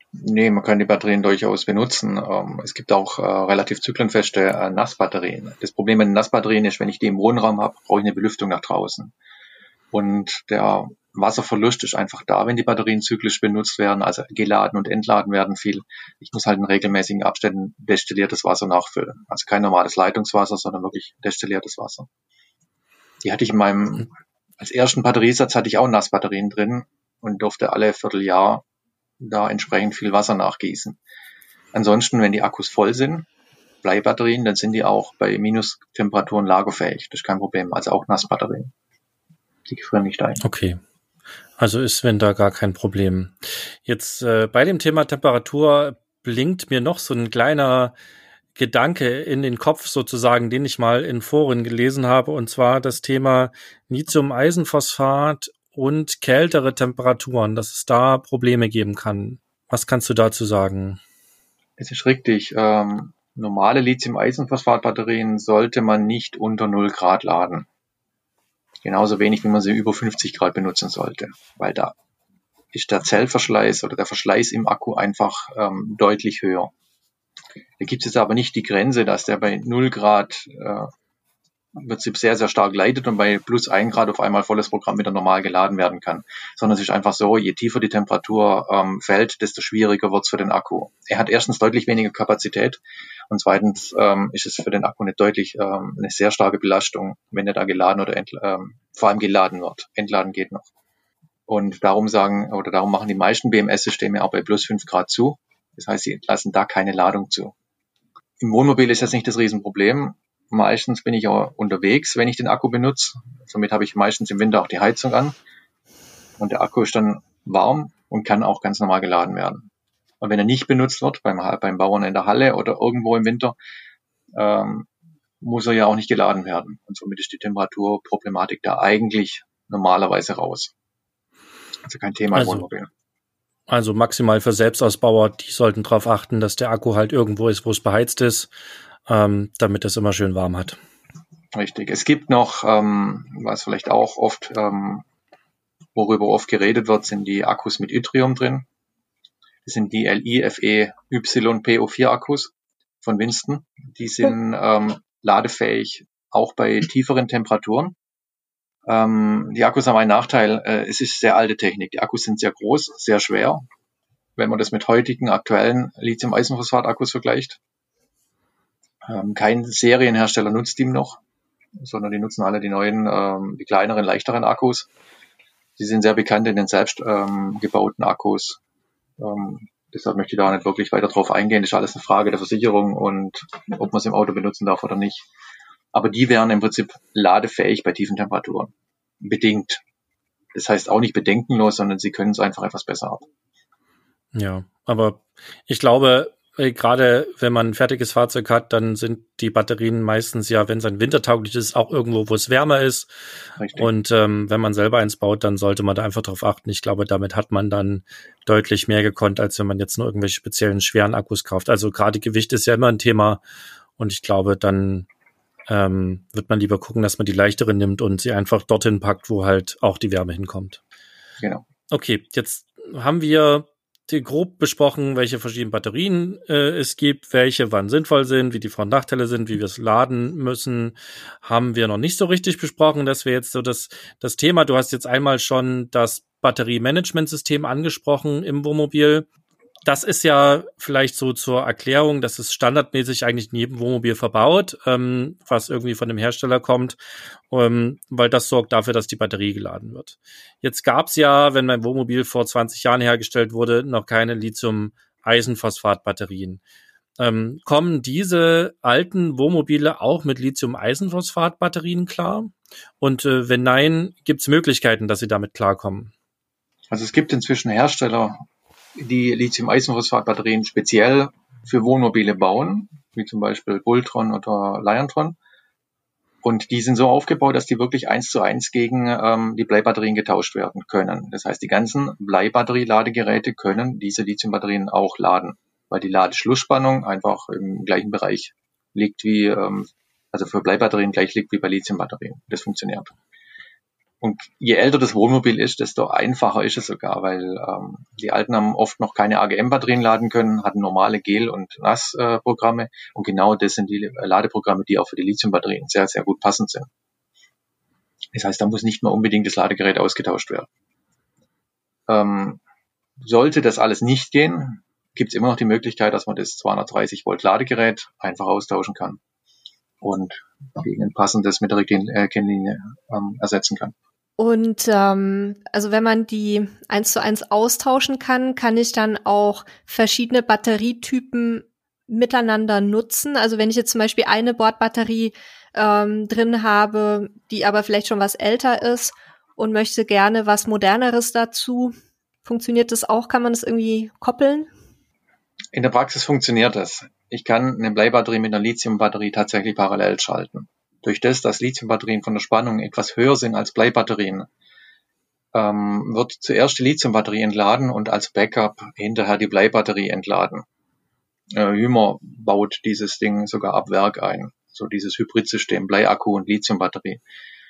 Nee, man kann die Batterien durchaus benutzen. Es gibt auch relativ zyklenfeste Nassbatterien. Das Problem mit den Nassbatterien ist, wenn ich die im Wohnraum habe, brauche ich eine Belüftung nach draußen. Und der Wasserverlust ist einfach da, wenn die Batterien zyklisch benutzt werden, also geladen und entladen werden viel. Ich muss halt in regelmäßigen Abständen destilliertes Wasser nachfüllen. Also kein normales Leitungswasser, sondern wirklich destilliertes Wasser. Die hatte ich als ersten Batteriesatz hatte ich auch Nassbatterien drin und durfte alle Vierteljahr da entsprechend viel Wasser nachgießen. Ansonsten, wenn die Akkus voll sind, Bleibatterien, dann sind die auch bei Minustemperaturen lagerfähig. Das ist kein Problem. Also auch Nassbatterien. Die frieren nicht ein. Okay. Also ist Sven da gar kein Problem. Jetzt bei dem Thema Temperatur blinkt mir noch so ein kleiner Gedanke in den Kopf sozusagen, den ich mal in Foren gelesen habe, und zwar das Thema Lithium-Eisenphosphat und kältere Temperaturen, dass es da Probleme geben kann. Was kannst du dazu sagen? Es ist richtig. Normale Lithium-Eisenphosphat-Batterien sollte man nicht unter 0 Grad laden. Genauso wenig, wie man sie über 50 Grad benutzen sollte, weil da ist der Zellverschleiß oder der Verschleiß im Akku einfach deutlich höher. Da gibt es jetzt aber nicht die Grenze, dass der bei 0 Grad im Prinzip sehr, sehr stark leidet und bei plus 1 Grad auf einmal volles Programm wieder normal geladen werden kann. Sondern es ist einfach so, je tiefer die Temperatur fällt, desto schwieriger wird es für den Akku. Er hat erstens deutlich weniger Kapazität und zweitens ist es für den Akku eine sehr starke Belastung, wenn er da geladen oder vor allem geladen wird. Entladen geht noch. Und darum machen die meisten BMS-Systeme auch bei plus 5 Grad zu. Das heißt, sie lassen da keine Ladung zu. Im Wohnmobil ist das nicht das Riesenproblem. Meistens bin ich auch unterwegs, wenn ich den Akku benutze. Somit habe ich meistens im Winter auch die Heizung an. Und der Akku ist dann warm und kann auch ganz normal geladen werden. Und wenn er nicht benutzt wird, beim Bauern in der Halle oder irgendwo im Winter, muss er ja auch nicht geladen werden. Und somit ist die Temperaturproblematik da eigentlich normalerweise raus. Also kein Thema im Wohnmobil. Also maximal für Selbstausbauer, die sollten darauf achten, dass der Akku halt irgendwo ist, wo es beheizt ist, damit es immer schön warm hat. Richtig. Es gibt noch, was vielleicht auch oft, worüber oft geredet wird, sind die Akkus mit Yttrium drin. Das sind die LiFeYPO4 Akkus von Winston. Die sind ladefähig, auch bei tieferen Temperaturen. Die Akkus haben einen Nachteil, es ist sehr alte Technik. Die Akkus sind sehr groß, sehr schwer, wenn man das mit heutigen, aktuellen Lithium-Eisenphosphat-Akkus vergleicht. Kein Serienhersteller nutzt die noch, sondern die nutzen alle die neuen, die kleineren, leichteren Akkus. Die sind sehr bekannt in den selbst gebauten Akkus. Deshalb möchte ich da nicht wirklich weiter drauf eingehen. Das ist alles eine Frage der Versicherung und ob man es im Auto benutzen darf oder nicht. Aber die wären im Prinzip ladefähig bei tiefen Temperaturen. Bedingt. Das heißt auch nicht bedenkenlos, sondern sie können es einfach etwas besser ab. Ja, aber ich glaube, gerade wenn man ein fertiges Fahrzeug hat, dann sind die Batterien meistens ja, wenn es ein wintertauglich ist, auch irgendwo, wo es wärmer ist. Richtig. Und wenn man selber eins baut, dann sollte man da einfach drauf achten. Ich glaube, damit hat man dann deutlich mehr gekonnt, als wenn man jetzt nur irgendwelche speziellen schweren Akkus kauft. Also gerade Gewicht ist ja immer ein Thema und ich glaube, dann wird man lieber gucken, dass man die leichteren nimmt und sie einfach dorthin packt, wo halt auch die Wärme hinkommt. Genau. Okay, jetzt haben wir grob besprochen, welche verschiedenen Batterien es gibt, welche wann sinnvoll sind, wie die Vor- und Nachteile sind, wie wir es laden müssen, haben wir noch nicht so richtig besprochen. Das wäre jetzt so das Thema. Du hast jetzt einmal schon das Batteriemanagementsystem angesprochen im Wohnmobil. Das ist ja vielleicht so zur Erklärung, das ist standardmäßig eigentlich in jedem Wohnmobil verbaut, was irgendwie von dem Hersteller kommt, weil das sorgt dafür, dass die Batterie geladen wird. Jetzt gab es ja, wenn mein Wohnmobil vor 20 Jahren hergestellt wurde, noch keine Lithium-Eisenphosphat-Batterien. Kommen diese alten Wohnmobile auch mit Lithium-Eisenphosphat-Batterien klar? Und wenn nein, gibt es Möglichkeiten, dass sie damit klarkommen? Also es gibt inzwischen Hersteller, die Lithium-Eisenphosphat-Batterien speziell für Wohnmobile bauen, wie zum Beispiel Bultron oder Liontron. Und die sind so aufgebaut, dass die wirklich 1:1 gegen die Bleibatterien getauscht werden können. Das heißt, die ganzen Bleibatterie-Ladegeräte können diese Lithium-Batterien auch laden, weil die Ladeschlussspannung einfach im gleichen Bereich liegt wie, also für Bleibatterien gleich liegt wie bei Lithium-Batterien. Das funktioniert. Und je älter das Wohnmobil ist, desto einfacher ist es sogar, weil die Alten haben oft noch keine AGM-Batterien laden können, hatten normale Gel- und NAS-Programme. Und genau das sind die Ladeprogramme, die auch für die Lithium-Batterien sehr, sehr gut passend sind. Das heißt, da muss nicht mehr unbedingt das Ladegerät ausgetauscht werden. Sollte das alles nicht gehen, gibt es immer noch die Möglichkeit, dass man das 230 Volt Ladegerät einfach austauschen kann und gegen ein passendes mit der richtigen Kennlinie ersetzen kann. Und also wenn man die 1:1 austauschen kann, kann ich dann auch verschiedene Batterietypen miteinander nutzen. Also wenn ich jetzt zum Beispiel eine Bordbatterie drin habe, die aber vielleicht schon was älter ist und möchte gerne was Moderneres dazu, funktioniert das auch? Kann man das irgendwie koppeln? In der Praxis funktioniert das. Ich kann eine Bleibatterie mit einer Lithiumbatterie tatsächlich parallel schalten. Durch das, dass Lithiumbatterien von der Spannung etwas höher sind als Bleibatterien, wird zuerst die Lithiumbatterie entladen und als Backup hinterher die Bleibatterie entladen. Hymer baut dieses Ding sogar ab Werk ein, so dieses Hybridsystem, Bleiakku und Lithiumbatterie.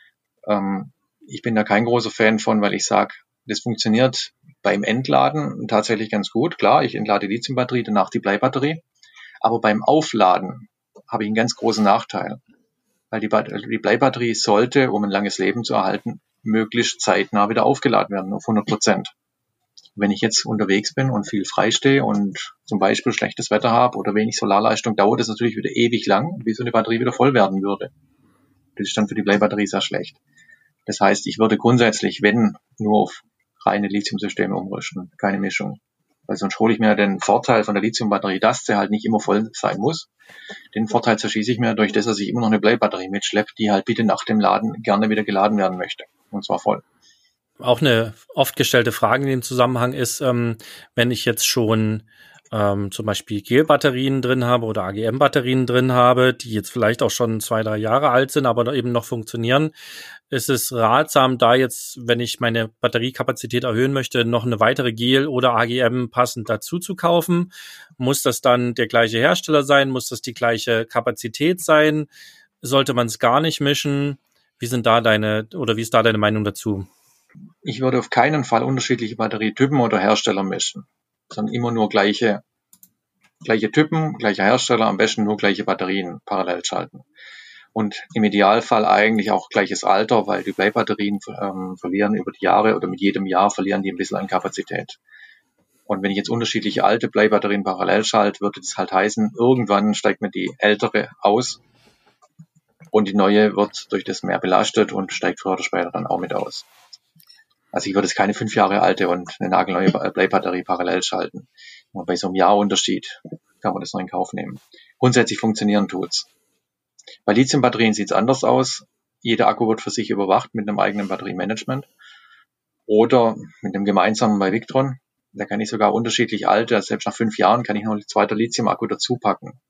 Ich bin da kein großer Fan von, weil ich sage, das funktioniert beim Entladen tatsächlich ganz gut. Klar, ich entlade die Lithiumbatterie, danach die Bleibatterie. Aber beim Aufladen habe ich einen ganz großen Nachteil. Weil die Bleibatterie sollte, um ein langes Leben zu erhalten, möglichst zeitnah wieder aufgeladen werden, auf 100%. Wenn ich jetzt unterwegs bin und viel freistehe und zum Beispiel schlechtes Wetter habe oder wenig Solarleistung, dauert es natürlich wieder ewig lang, bis so eine Batterie wieder voll werden würde. Das ist dann für die Bleibatterie sehr schlecht. Das heißt, ich würde grundsätzlich, wenn, nur auf reine Lithiumsysteme umrüsten, keine Mischung. Weil sonst hole ich mir den Vorteil von der Lithiumbatterie, dass sie halt nicht immer voll sein muss. Den Vorteil zerschieße ich mir durch das, dass ich immer noch eine Bleibatterie mitschleppe, die halt bitte nach dem Laden gerne wieder geladen werden möchte. Und zwar voll. Auch eine oft gestellte Frage in dem Zusammenhang ist, wenn ich jetzt schon zum Beispiel Gel-Batterien drin habe oder AGM-Batterien drin habe, die jetzt vielleicht auch schon 2-3 Jahre alt sind, aber eben noch funktionieren, ist es ratsam, da jetzt, wenn ich meine Batteriekapazität erhöhen möchte, noch eine weitere Gel oder AGM passend dazu zu kaufen? Muss das dann der gleiche Hersteller sein? Muss das die gleiche Kapazität sein? Sollte man es gar nicht mischen? Wie ist da deine Meinung dazu? Ich würde auf keinen Fall unterschiedliche Batterietypen oder Hersteller mischen, sondern immer nur gleiche Typen, gleicher Hersteller, am besten nur gleiche Batterien parallel schalten. Und im Idealfall eigentlich auch gleiches Alter, weil die Bleibatterien verlieren über die Jahre oder mit jedem Jahr verlieren die ein bisschen an Kapazität. Und wenn ich jetzt unterschiedliche alte Bleibatterien parallel schalte, würde das halt heißen, irgendwann steigt mir die ältere aus und die neue wird durch das mehr belastet und steigt früher oder später dann auch mit aus. Also ich würde jetzt keine 5 Jahre alte und eine nagelneue Bleibatterie parallel schalten. Und bei so einem Jahrunterschied kann man das noch in Kauf nehmen. Grundsätzlich funktionieren tut's. Bei Lithiumbatterien sieht's anders aus. Jeder Akku wird für sich überwacht mit einem eigenen Batteriemanagement oder mit einem gemeinsamen bei Victron. Da kann ich sogar unterschiedlich alte, also selbst nach 5 Jahren kann ich noch einen zweiten Lithium-Akku dazu packen.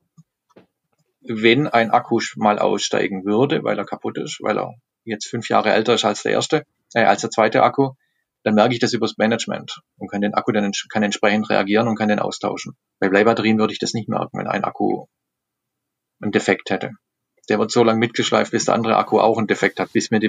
Wenn ein Akku mal aussteigen würde, weil er kaputt ist, weil er jetzt 5 Jahre älter ist als der zweite Akku, dann merke ich das übers Management und kann den Akku dann entsprechend reagieren und kann den austauschen. Bei Bleibatterien würde ich das nicht merken, wenn ein Akku einen Defekt hätte. Der wird so lange mitgeschleift, bis der andere Akku auch einen Defekt hat, bis mir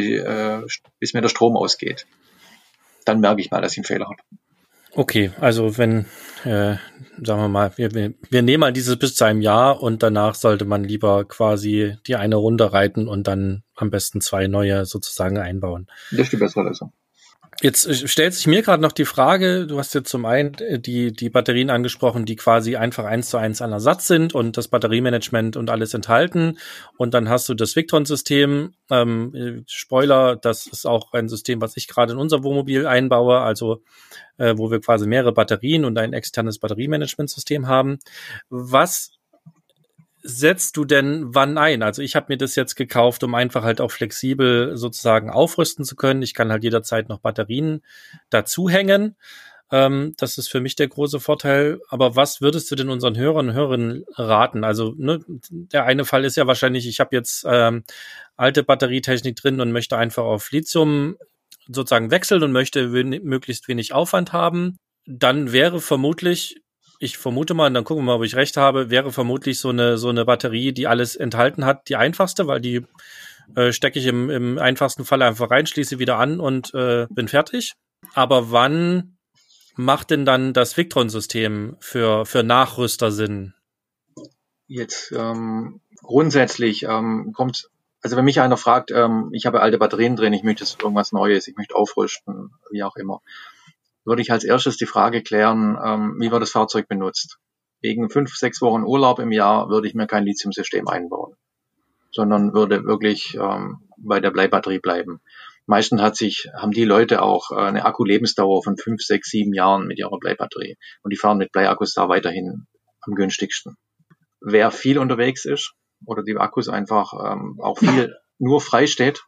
der Strom ausgeht. Dann merke ich mal, dass ich einen Fehler habe. Okay, also wenn, sagen wir mal, wir nehmen mal dieses bis zu einem Jahr und danach sollte man lieber quasi die eine Runde reiten und dann am besten 2 neue sozusagen einbauen. Das ist die bessere Lösung. Jetzt stellt sich mir gerade noch die Frage, du hast jetzt zum einen die Batterien angesprochen, die quasi einfach 1:1 ein Ersatz sind und das Batteriemanagement und alles enthalten. Und dann hast du das Victron-System. Spoiler, das ist auch ein System, was ich gerade in unser Wohnmobil einbaue, also wo wir quasi mehrere Batterien und ein externes Batteriemanagementsystem haben. Was setzt du denn wann ein? Also ich habe mir das jetzt gekauft, um einfach halt auch flexibel sozusagen aufrüsten zu können. Ich kann halt jederzeit noch Batterien dazu hängen. Das ist für mich der große Vorteil. Aber was würdest du denn unseren Hörern und Hörerinnen raten? Also der eine Fall ist ja wahrscheinlich, ich habe jetzt alte Batterietechnik drin und möchte einfach auf Lithium sozusagen wechseln und möchte möglichst wenig Aufwand haben. Dann wäre vermutlich, ich vermute mal, und dann gucken wir mal, ob ich recht habe, wäre vermutlich so eine Batterie, die alles enthalten hat, die einfachste, weil die stecke ich im einfachsten Fall einfach rein, schließe wieder an und bin fertig. Aber wann macht denn dann das Victron-System für Nachrüster Sinn? Jetzt grundsätzlich kommt, also wenn mich einer fragt, ich habe alte Batterien drin, ich möchte jetzt irgendwas Neues, ich möchte aufrüsten, wie auch immer, würde ich als erstes die Frage klären, wie wird das Fahrzeug benutzt. Wegen 5-6 Wochen Urlaub im Jahr würde ich mir kein Lithium-System einbauen, sondern würde wirklich bei der Bleibatterie bleiben. Meistens haben die Leute auch eine Akkulebensdauer von 5, 6, 7 Jahren mit ihrer Bleibatterie und die fahren mit Bleiakkus da weiterhin am günstigsten. Wer viel unterwegs ist oder die Akkus einfach auch viel nur frei steht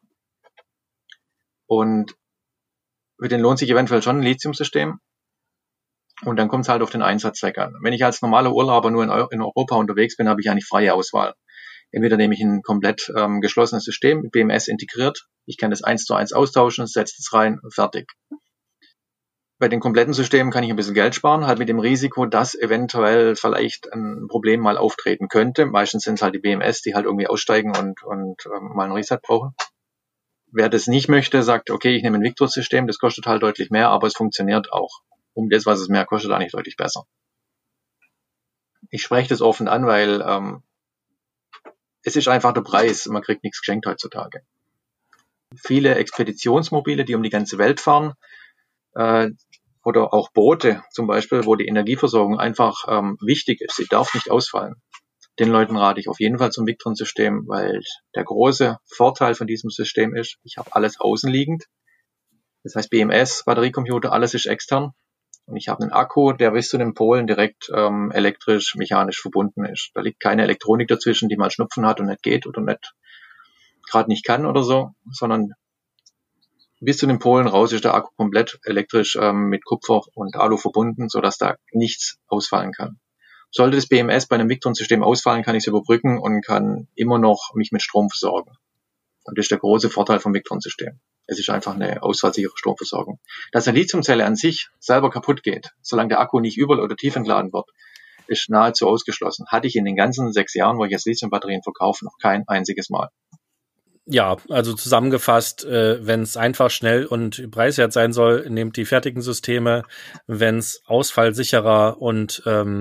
und für den lohnt sich eventuell schon ein Lithiumsystem und dann kommt es halt auf den Einsatzzweck an. Wenn ich als normaler Urlauber nur in Europa unterwegs bin, habe ich eigentlich freie Auswahl. Entweder nehme ich ein komplett geschlossenes System mit BMS integriert, ich kann das 1:1 austauschen, setze es rein, fertig. Bei den kompletten Systemen kann ich ein bisschen Geld sparen, halt mit dem Risiko, dass eventuell vielleicht ein Problem mal auftreten könnte. Meistens sind es halt die BMS, die halt irgendwie aussteigen und mal ein Reset brauchen. Wer das nicht möchte, sagt, okay, ich nehme ein Victron-System, das kostet halt deutlich mehr, aber es funktioniert auch. Um das, was es mehr kostet, eigentlich deutlich besser. Ich spreche das offen an, weil es ist einfach der Preis. Man kriegt nichts geschenkt heutzutage. Viele Expeditionsmobile, die um die ganze Welt fahren, oder auch Boote zum Beispiel, wo die Energieversorgung einfach wichtig ist. Sie darf nicht ausfallen. Den Leuten rate ich auf jeden Fall zum Victron-System, weil der große Vorteil von diesem System ist, ich habe alles außenliegend. Das heißt BMS, Batteriecomputer, alles ist extern. Und ich habe einen Akku, der bis zu den Polen direkt elektrisch, mechanisch verbunden ist. Da liegt keine Elektronik dazwischen, die mal Schnupfen hat und nicht geht oder gerade nicht kann oder so, sondern bis zu den Polen raus ist der Akku komplett elektrisch mit Kupfer und Alu verbunden, sodass da nichts ausfallen kann. Sollte das BMS bei einem Victron-System ausfallen, kann ich es überbrücken und kann immer noch mich mit Strom versorgen. Und das ist der große Vorteil vom Victron-System. Es ist einfach eine ausfallsichere Stromversorgung. Dass eine Lithiumzelle an sich selber kaputt geht, solange der Akku nicht über- oder tief entladen wird, ist nahezu ausgeschlossen. Hatte ich in den ganzen 6 Jahren, wo ich jetzt Lithiumbatterien verkaufe, noch kein einziges Mal. Ja, also zusammengefasst, wenn es einfach, schnell und preiswert sein soll, nehmt die fertigen Systeme. Wenn es ausfallsicherer und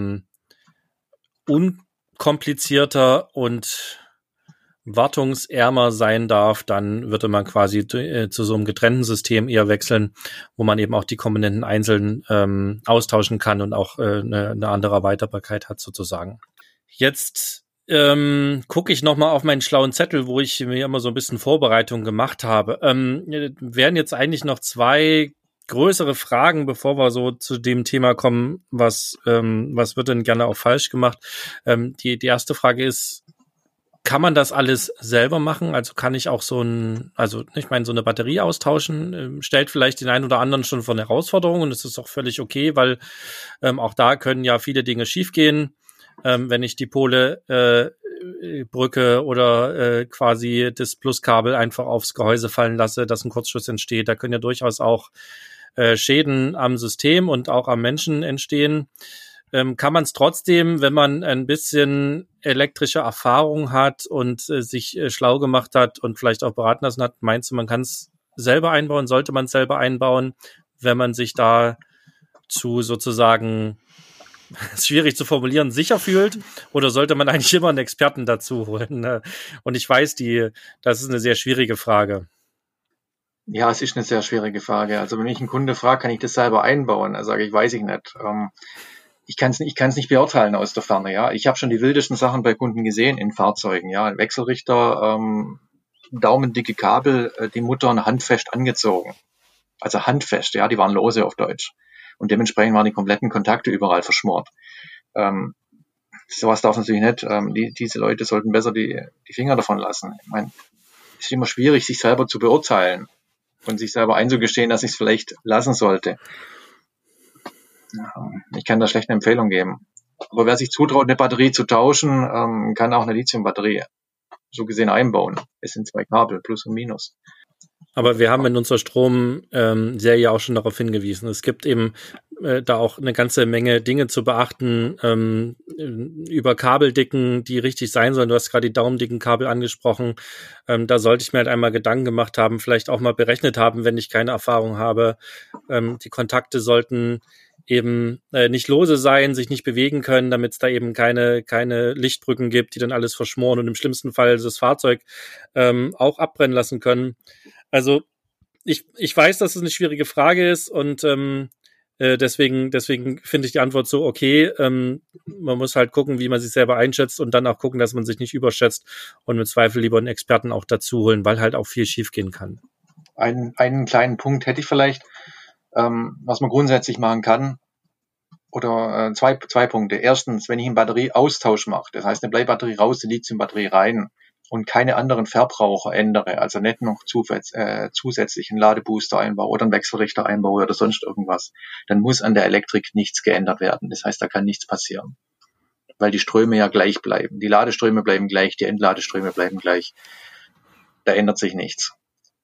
unkomplizierter und wartungsärmer sein darf, dann würde man quasi zu so einem getrennten System eher wechseln, wo man eben auch die Komponenten einzeln austauschen kann und auch eine andere Erweiterbarkeit hat sozusagen. Jetzt gucke ich nochmal auf meinen schlauen Zettel, wo ich mir immer so ein bisschen Vorbereitung gemacht habe. Wären jetzt eigentlich noch 2 größere Fragen, bevor wir so zu dem Thema kommen, was wird denn gerne auch falsch gemacht? Die erste Frage ist, kann man das alles selber machen? Also kann ich auch so eine Batterie austauschen, stellt vielleicht den einen oder anderen schon vor eine Herausforderung und es ist auch völlig okay, weil auch da können ja viele Dinge schiefgehen. Wenn ich die Pole Brücke oder quasi das Pluskabel einfach aufs Gehäuse fallen lasse, dass ein Kurzschluss entsteht. Da können ja durchaus auch Schäden am System und auch am Menschen entstehen. Kann man es trotzdem, wenn man ein bisschen elektrische Erfahrung hat und sich schlau gemacht hat und vielleicht auch beraten lassen hat, meinst du, man kann es selber einbauen? Sollte man es selber einbauen, wenn man sich da zu sozusagen, ist schwierig zu formulieren, sicher fühlt? Oder sollte man eigentlich immer einen Experten dazu holen? Und ich weiß, das ist eine sehr schwierige Frage. Ja, es ist eine sehr schwierige Frage. Also wenn mich ein Kunde fragt, kann ich das selber einbauen? Dann sage ich, weiß ich nicht. Ich kann es nicht beurteilen aus der Ferne. Ja, ich habe schon die wildesten Sachen bei Kunden gesehen in Fahrzeugen. Ja, ein Wechselrichter, daumendicke Kabel, die Muttern handfest angezogen. Also handfest, ja, die waren lose auf Deutsch. Und dementsprechend waren die kompletten Kontakte überall verschmort. Sowas darf natürlich nicht. Diese Leute sollten besser die Finger davon lassen. Ich meine, es ist immer schwierig, sich selber zu beurteilen und sich selber einzugestehen, dass ich es vielleicht lassen sollte. Ich kann da schlecht eine Empfehlung geben. Aber wer sich zutraut, eine Batterie zu tauschen, kann auch eine Lithiumbatterie so gesehen einbauen. Es sind 2 Kabel, Plus und Minus. Aber wir haben in unserer Strom-Serie auch schon darauf hingewiesen. Es gibt eben da auch eine ganze Menge Dinge zu beachten, über Kabeldicken, die richtig sein sollen. Du hast gerade die daumendicken Kabel angesprochen. Da sollte ich mir halt einmal Gedanken gemacht haben, vielleicht auch mal berechnet haben, wenn ich keine Erfahrung habe. Die Kontakte sollten eben nicht lose sein, sich nicht bewegen können, damit es da eben keine Lichtbrücken gibt, die dann alles verschmoren und im schlimmsten Fall das Fahrzeug auch abbrennen lassen können. Also ich weiß, dass es eine schwierige Frage ist und deswegen finde ich die Antwort so okay. Man muss halt gucken, wie man sich selber einschätzt und dann auch gucken, dass man sich nicht überschätzt und mit Zweifel lieber einen Experten auch dazu holen, weil halt auch viel schiefgehen kann. Einen kleinen Punkt hätte ich vielleicht, was man grundsätzlich machen kann, oder zwei Punkte. Erstens, wenn ich einen Batterieaustausch mache, das heißt eine Bleibatterie raus, die Lithiumbatterie rein und keine anderen Verbraucher ändere, also nicht noch zusätzlichen Ladebooster einbaue oder einen Wechselrichter einbaue oder sonst irgendwas, dann muss an der Elektrik nichts geändert werden. Das heißt, da kann nichts passieren, weil die Ströme ja gleich bleiben. Die Ladeströme bleiben gleich, die Entladeströme bleiben gleich. Da ändert sich nichts.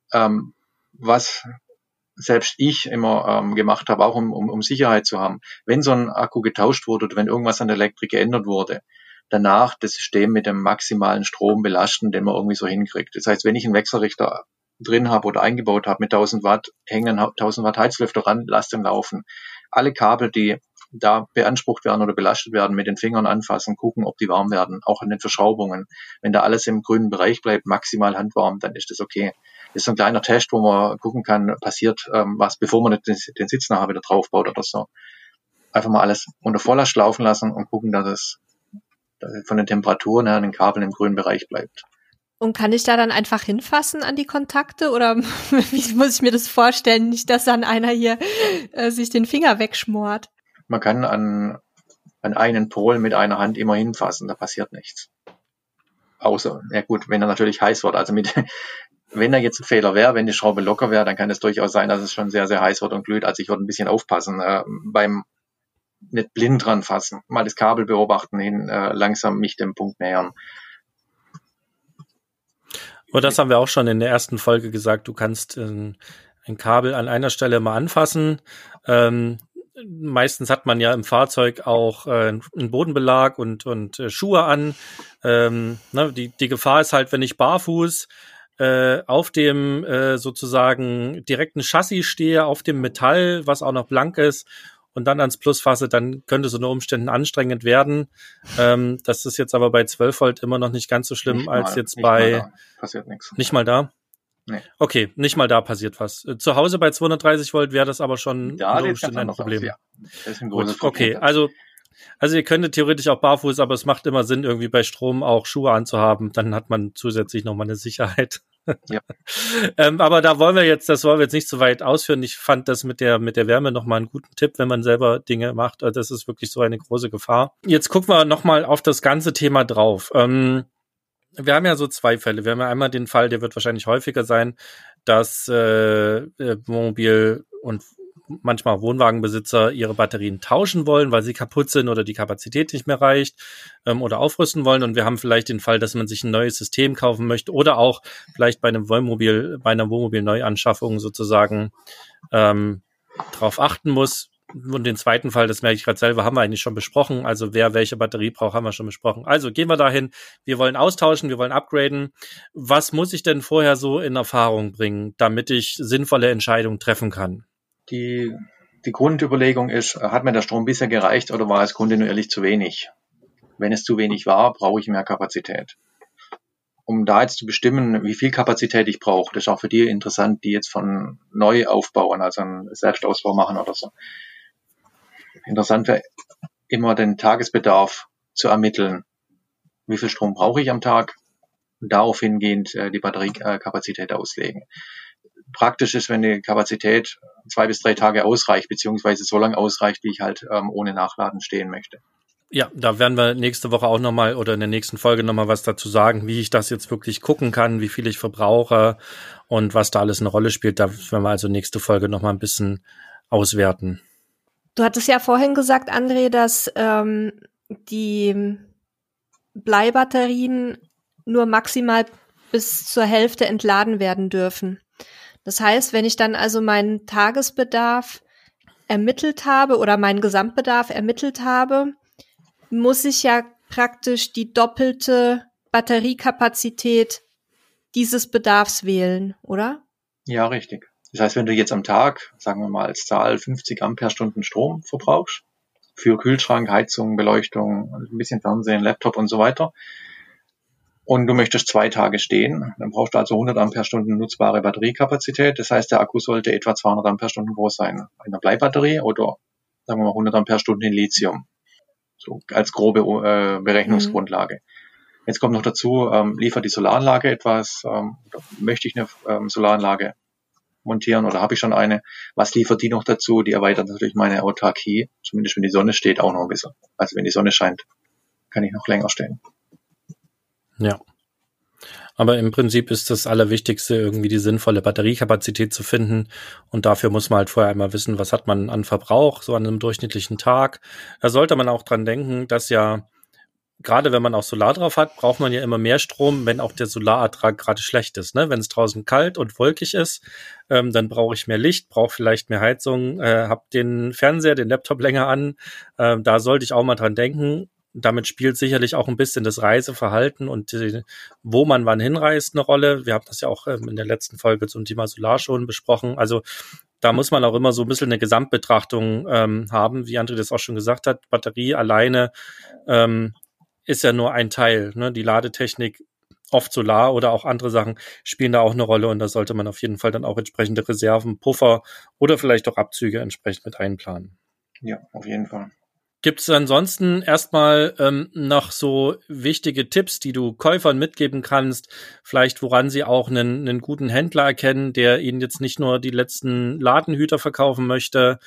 Was selbst ich immer gemacht habe, auch um Sicherheit zu haben. Wenn so ein Akku getauscht wurde oder wenn irgendwas an der Elektrik geändert wurde, danach das System mit dem maximalen Strom belasten, den man irgendwie so hinkriegt. Das heißt, wenn ich einen Wechselrichter drin habe oder eingebaut habe mit 1000 Watt, hängen 1000 Watt Heizlüfter ran, lass den laufen. Alle Kabel, die da beansprucht werden oder belastet werden, mit den Fingern anfassen, gucken, ob die warm werden, auch an den Verschraubungen. Wenn da alles im grünen Bereich bleibt, maximal handwarm, dann ist das okay. Das ist so ein kleiner Test, wo man gucken kann, passiert was, bevor man den Sitz nachher wieder draufbaut oder so. Einfach mal alles unter Volllast laufen lassen und gucken, dass es von den Temperaturen her an den Kabeln im grünen Bereich bleibt. Und kann ich da dann einfach hinfassen an die Kontakte oder wie muss ich mir das vorstellen? Nicht, dass dann einer hier sich den Finger wegschmort. Man kann an einen Pol mit einer Hand immer hinfassen, da passiert nichts. Außer, ja gut, wenn er natürlich heiß wird. Also wenn da jetzt ein Fehler wäre, wenn die Schraube locker wäre, dann kann es durchaus sein, dass es schon sehr, sehr heiß wird und glüht. Also ich würde ein bisschen aufpassen beim nicht blind dran fassen, mal das Kabel beobachten, langsam mich dem Punkt nähern. Und das haben wir auch schon in der ersten Folge gesagt, du kannst ein Kabel an einer Stelle mal anfassen. Meistens hat man ja im Fahrzeug auch einen Bodenbelag und Schuhe an. Die Gefahr ist halt, wenn ich barfuß auf dem sozusagen direkten Chassis stehe, auf dem Metall, was auch noch blank ist, und dann ans Plus fasse, dann könnte es unter Umständen anstrengend werden. Das ist jetzt aber bei 12 Volt immer noch nicht ganz so schlimm als jetzt bei... Passiert nichts. Nicht mal da? Nee. Okay, nicht mal da passiert was. Zu Hause bei 230 Volt wäre das aber schon unter Umständen ein Problem. Ja. Das ist ein großes Problem. Okay, also ihr könntet theoretisch auch barfuß, aber es macht immer Sinn, irgendwie bei Strom auch Schuhe anzuhaben. Dann hat man zusätzlich nochmal eine Sicherheit. Ja. Aber das wollen wir jetzt nicht so weit ausführen. Ich fand das mit der Wärme nochmal einen guten Tipp, wenn man selber Dinge macht. Also das ist wirklich so eine große Gefahr. Jetzt gucken wir nochmal auf das ganze Thema drauf. Wir haben ja so zwei Fälle. Wir haben ja einmal den Fall, der wird wahrscheinlich häufiger sein, dass Wohnmobil und manchmal Wohnwagenbesitzer ihre Batterien tauschen wollen, weil sie kaputt sind oder die Kapazität nicht mehr reicht oder aufrüsten wollen. Und wir haben vielleicht den Fall, dass man sich ein neues System kaufen möchte oder auch vielleicht bei einer Wohnmobil-Neuanschaffung sozusagen drauf achten muss. Und den zweiten Fall, das merke ich gerade selber, haben wir eigentlich schon besprochen. Also wer welche Batterie braucht, haben wir schon besprochen. Also gehen wir dahin. Wir wollen austauschen, wir wollen upgraden. Was muss ich denn vorher so in Erfahrung bringen, damit ich sinnvolle Entscheidungen treffen kann? Die Grundüberlegung ist, hat mir der Strom bisher gereicht oder war es kontinuierlich zu wenig? Wenn es zu wenig war, brauche ich mehr Kapazität. Um da jetzt zu bestimmen, wie viel Kapazität ich brauche, das ist auch für die interessant, die jetzt von neu aufbauen, also einen Selbstausbau machen oder so. Interessant wäre immer den Tagesbedarf zu ermitteln. Wie viel Strom brauche ich am Tag? Darauf hingehend die Batteriekapazität auslegen. Praktisch ist, wenn die Kapazität 2 bis 3 Tage ausreicht, beziehungsweise so lange ausreicht, wie ich halt ohne Nachladen stehen möchte. Ja, da werden wir nächste Woche auch nochmal oder in der nächsten Folge nochmal was dazu sagen, wie ich das jetzt wirklich gucken kann, wie viel ich verbrauche und was da alles eine Rolle spielt. Da werden wir also nächste Folge nochmal ein bisschen auswerten. Du hattest ja vorhin gesagt, André, dass die Bleibatterien nur maximal bis zur Hälfte entladen werden dürfen. Das heißt, wenn ich dann also meinen Tagesbedarf ermittelt habe oder meinen Gesamtbedarf ermittelt habe, muss ich ja praktisch die doppelte Batteriekapazität dieses Bedarfs wählen, oder? Ja, richtig. Das heißt, wenn du jetzt am Tag, sagen wir mal als Zahl, 50 Ampere-Stunden Strom verbrauchst, für Kühlschrank, Heizung, Beleuchtung, ein bisschen Fernsehen, Laptop und so weiter, und du möchtest 2 Tage stehen, dann brauchst du also 100 Ampere-Stunden nutzbare Batteriekapazität. Das heißt, der Akku sollte etwa 200 Ampere-Stunden groß sein. Eine Bleibatterie oder, sagen wir mal, 100 Ampere-Stunden in Lithium. So als grobe Berechnungsgrundlage. Jetzt kommt noch dazu, liefert die Solaranlage etwas, möchte ich eine Solaranlage montieren oder habe ich schon eine? Was liefert die noch dazu? Die erweitert natürlich meine Autarkie, zumindest wenn die Sonne steht, auch noch ein bisschen. Also wenn die Sonne scheint, kann ich noch länger stehen. Ja. Aber im Prinzip ist das Allerwichtigste, irgendwie die sinnvolle Batteriekapazität zu finden. Und dafür muss man halt vorher einmal wissen, was hat man an Verbrauch, so an einem durchschnittlichen Tag. Da sollte man auch dran denken, dass ja, gerade wenn man auch Solar drauf hat, braucht man ja immer mehr Strom, wenn auch der Solarertrag gerade schlecht ist. Ne? Wenn es draußen kalt und wolkig ist, dann brauche ich mehr Licht, brauche vielleicht mehr Heizung, habe den Fernseher, den Laptop länger an. Da sollte ich auch mal dran denken. Damit spielt sicherlich auch ein bisschen das Reiseverhalten und wo man wann hinreist eine Rolle. Wir haben das ja auch in der letzten Folge zum Thema Solar schon besprochen. Also da muss man auch immer so ein bisschen eine Gesamtbetrachtung haben, wie André das auch schon gesagt hat. Batterie alleine ist ja nur ein Teil. Ne? Die Ladetechnik, oft Solar oder auch andere Sachen spielen da auch eine Rolle und da sollte man auf jeden Fall dann auch entsprechende Reserven, Puffer oder vielleicht auch Abzüge entsprechend mit einplanen. Ja, auf jeden Fall. Gibt es ansonsten erstmal noch so wichtige Tipps, die du Käufern mitgeben kannst, vielleicht woran sie auch einen guten Händler erkennen, der ihnen jetzt nicht nur die letzten Ladenhüter verkaufen möchte,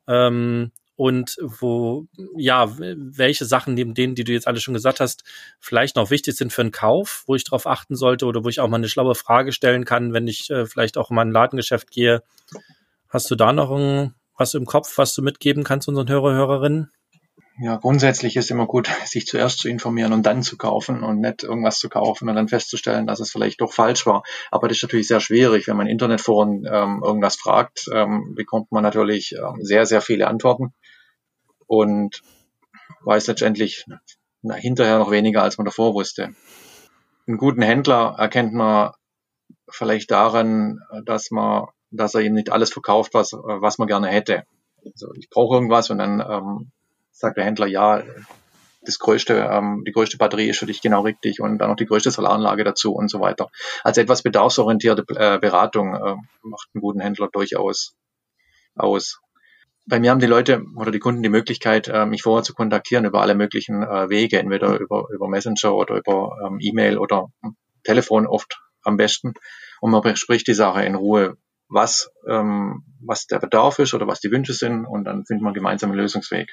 und wo, ja, welche Sachen neben denen, die du jetzt alle schon gesagt hast, vielleicht noch wichtig sind für einen Kauf, wo ich darauf achten sollte oder wo ich auch mal eine schlaue Frage stellen kann, wenn ich vielleicht auch in mein Ladengeschäft gehe. Hast du da noch was im Kopf, was du mitgeben kannst unseren Hörerinnen? Ja, grundsätzlich ist immer gut, sich zuerst zu informieren und dann zu kaufen und nicht irgendwas zu kaufen und dann festzustellen, dass es vielleicht doch falsch war. Aber das ist natürlich sehr schwierig. Wenn man Internetforen irgendwas fragt, bekommt man natürlich sehr, sehr viele Antworten und weiß letztendlich hinterher noch weniger, als man davor wusste. Einen guten Händler erkennt man vielleicht daran, dass er ihm nicht alles verkauft, was man gerne hätte. Also ich brauche irgendwas und dann sagt der Händler, ja, die größte Batterie ist für dich genau richtig und dann noch die größte Solaranlage dazu und so weiter. Also etwas bedarfsorientierte Beratung macht einen guten Händler durchaus aus. Bei mir haben die Leute oder die Kunden die Möglichkeit, mich vorher zu kontaktieren über alle möglichen Wege, entweder über Messenger oder über E-Mail oder Telefon oft am besten. Und man bespricht die Sache in Ruhe, was der Bedarf ist oder was die Wünsche sind und dann findet man gemeinsam einen Lösungsweg.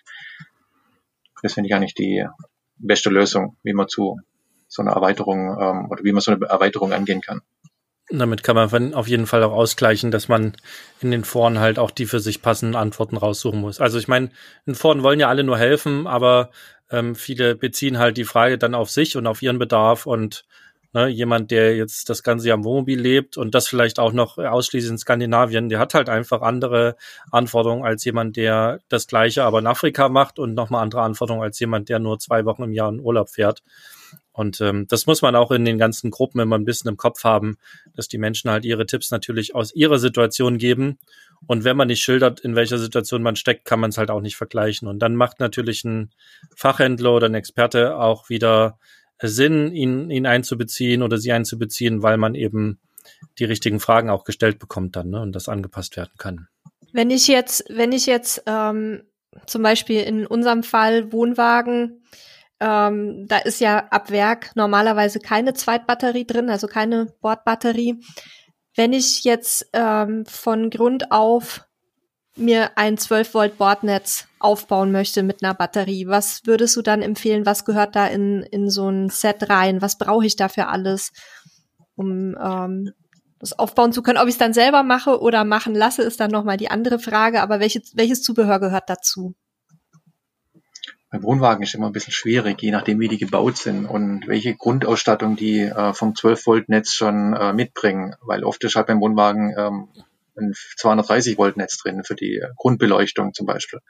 Das finde ich eigentlich die beste Lösung, wie man zu so einer Erweiterung oder wie man so eine Erweiterung angehen kann. Damit kann man auf jeden Fall auch ausgleichen, dass man in den Foren halt auch die für sich passenden Antworten raussuchen muss. Also ich meine, in Foren wollen ja alle nur helfen, aber viele beziehen halt die Frage dann auf sich und auf ihren Bedarf und jemand, der jetzt das ganze Jahr im Wohnmobil lebt und das vielleicht auch noch ausschließlich in Skandinavien, der hat halt einfach andere Anforderungen als jemand, der das Gleiche aber in Afrika macht und nochmal andere Anforderungen als jemand, der nur 2 Wochen im Jahr in Urlaub fährt. Und das muss man auch in den ganzen Gruppen immer ein bisschen im Kopf haben, dass die Menschen halt ihre Tipps natürlich aus ihrer Situation geben. Und wenn man nicht schildert, in welcher Situation man steckt, kann man es halt auch nicht vergleichen. Und dann macht natürlich ein Fachhändler oder ein Experte auch wieder Sinn, ihn einzubeziehen oder sie einzubeziehen, weil man eben die richtigen Fragen auch gestellt bekommt dann, ne, und das angepasst werden kann. Wenn ich jetzt zum Beispiel in unserem Fall Wohnwagen, da ist ja ab Werk normalerweise keine Zweitbatterie drin, also keine Bordbatterie. Wenn ich jetzt von Grund auf mir ein 12-Volt-Bordnetz aufbauen möchte mit einer Batterie, was würdest du dann empfehlen? Was gehört da in so ein Set rein? Was brauche ich dafür alles, um das aufbauen zu können? Ob ich es dann selber mache oder machen lasse, ist dann nochmal die andere Frage. Aber welches Zubehör gehört dazu? Beim Wohnwagen ist immer ein bisschen schwierig, je nachdem, wie die gebaut sind und welche Grundausstattung die vom 12-Volt-Netz schon mitbringen. Weil oft ist halt beim Wohnwagen ein 230-Volt-Netz drin für die Grundbeleuchtung zum Beispiel.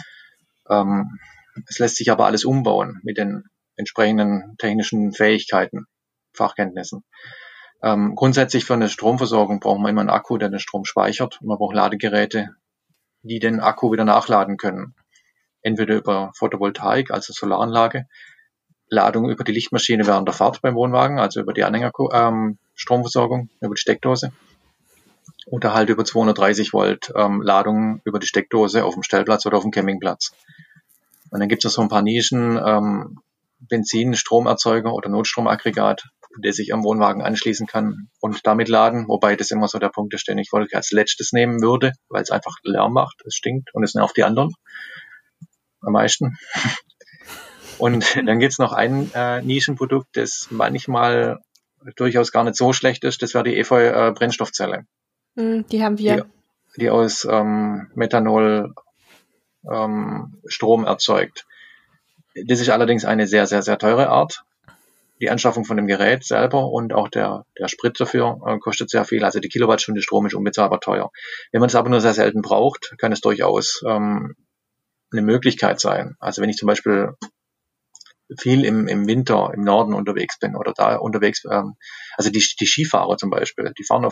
Es lässt sich aber alles umbauen mit den entsprechenden technischen Fähigkeiten, Fachkenntnissen. Grundsätzlich für eine Stromversorgung braucht man immer einen Akku, der den Strom speichert. Und man braucht Ladegeräte, die den Akku wieder nachladen können. Entweder über Photovoltaik, also Solaranlage, Ladung über die Lichtmaschine während der Fahrt beim Wohnwagen, also über die Stromversorgung, über die Steckdose. Oder halt über 230 Volt Ladung über die Steckdose auf dem Stellplatz oder auf dem Campingplatz. Und dann gibt es so ein paar Nischen, Benzin-Stromerzeuger oder Notstromaggregat, der sich am Wohnwagen anschließen kann und damit laden, wobei das immer so der Punkt ist, den ich wollte als letztes nehmen würde, weil es einfach Lärm macht, es stinkt und es nervt die anderen am meisten. Und dann gibt's noch ein Nischenprodukt, das manchmal durchaus gar nicht so schlecht ist, das wäre die Efeu-Brennstoffzelle. Die haben wir. Die aus Methanol Strom erzeugt. Das ist allerdings eine sehr, sehr, sehr teure Art. Die Anschaffung von dem Gerät selber und auch der Sprit dafür kostet sehr viel. Also die Kilowattstunde Strom ist unbezahlbar teuer. Wenn man es aber nur sehr selten braucht, kann es durchaus eine Möglichkeit sein. Also wenn ich zum Beispiel viel im Winter im Norden unterwegs bin oder da unterwegs, also die Skifahrer zum Beispiel, die fahren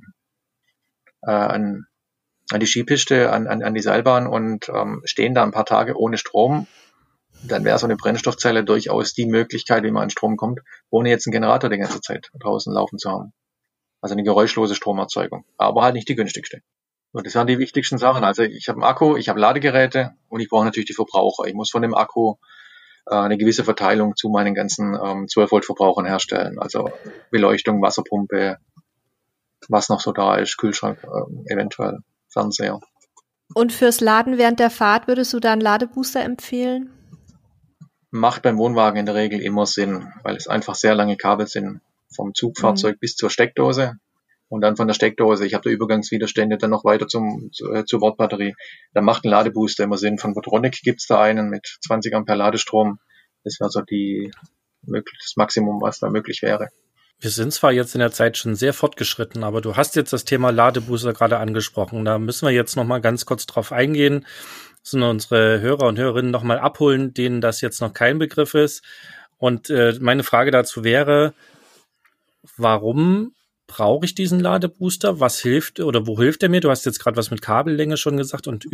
an die Skipiste, an die Seilbahn und stehen da ein paar Tage ohne Strom, dann wäre so eine Brennstoffzelle durchaus die Möglichkeit, wie man an Strom kommt, ohne jetzt einen Generator die ganze Zeit draußen laufen zu haben. Also eine geräuschlose Stromerzeugung, aber halt nicht die günstigste. Und das waren die wichtigsten Sachen. Also ich habe einen Akku, ich habe Ladegeräte und ich brauche natürlich die Verbraucher. Ich muss von dem Akku eine gewisse Verteilung zu meinen ganzen 12-Volt-Verbrauchern herstellen. Also Beleuchtung, Wasserpumpe, was noch so da ist, Kühlschrank, eventuell Fernseher. Und fürs Laden während der Fahrt würdest du da einen Ladebooster empfehlen? Macht beim Wohnwagen in der Regel immer Sinn, weil es einfach sehr lange Kabel sind, vom Zugfahrzeug bis zur Steckdose und dann von der Steckdose, ich habe da Übergangswiderstände, dann noch weiter zur Bordbatterie. Da macht ein Ladebooster immer Sinn. Von Votronic gibt's da einen mit 20 Ampere Ladestrom. Das wäre so das Maximum, was da möglich wäre. Wir sind zwar jetzt in der Zeit schon sehr fortgeschritten, aber du hast jetzt das Thema Ladebooster gerade angesprochen. Da müssen wir jetzt noch mal ganz kurz drauf eingehen. Müssen unsere Hörer und Hörerinnen noch mal abholen, denen das jetzt noch kein Begriff ist. Und meine Frage dazu wäre, warum brauche ich diesen Ladebooster? Was hilft oder wo hilft er mir? Du hast jetzt gerade was mit Kabellänge schon gesagt und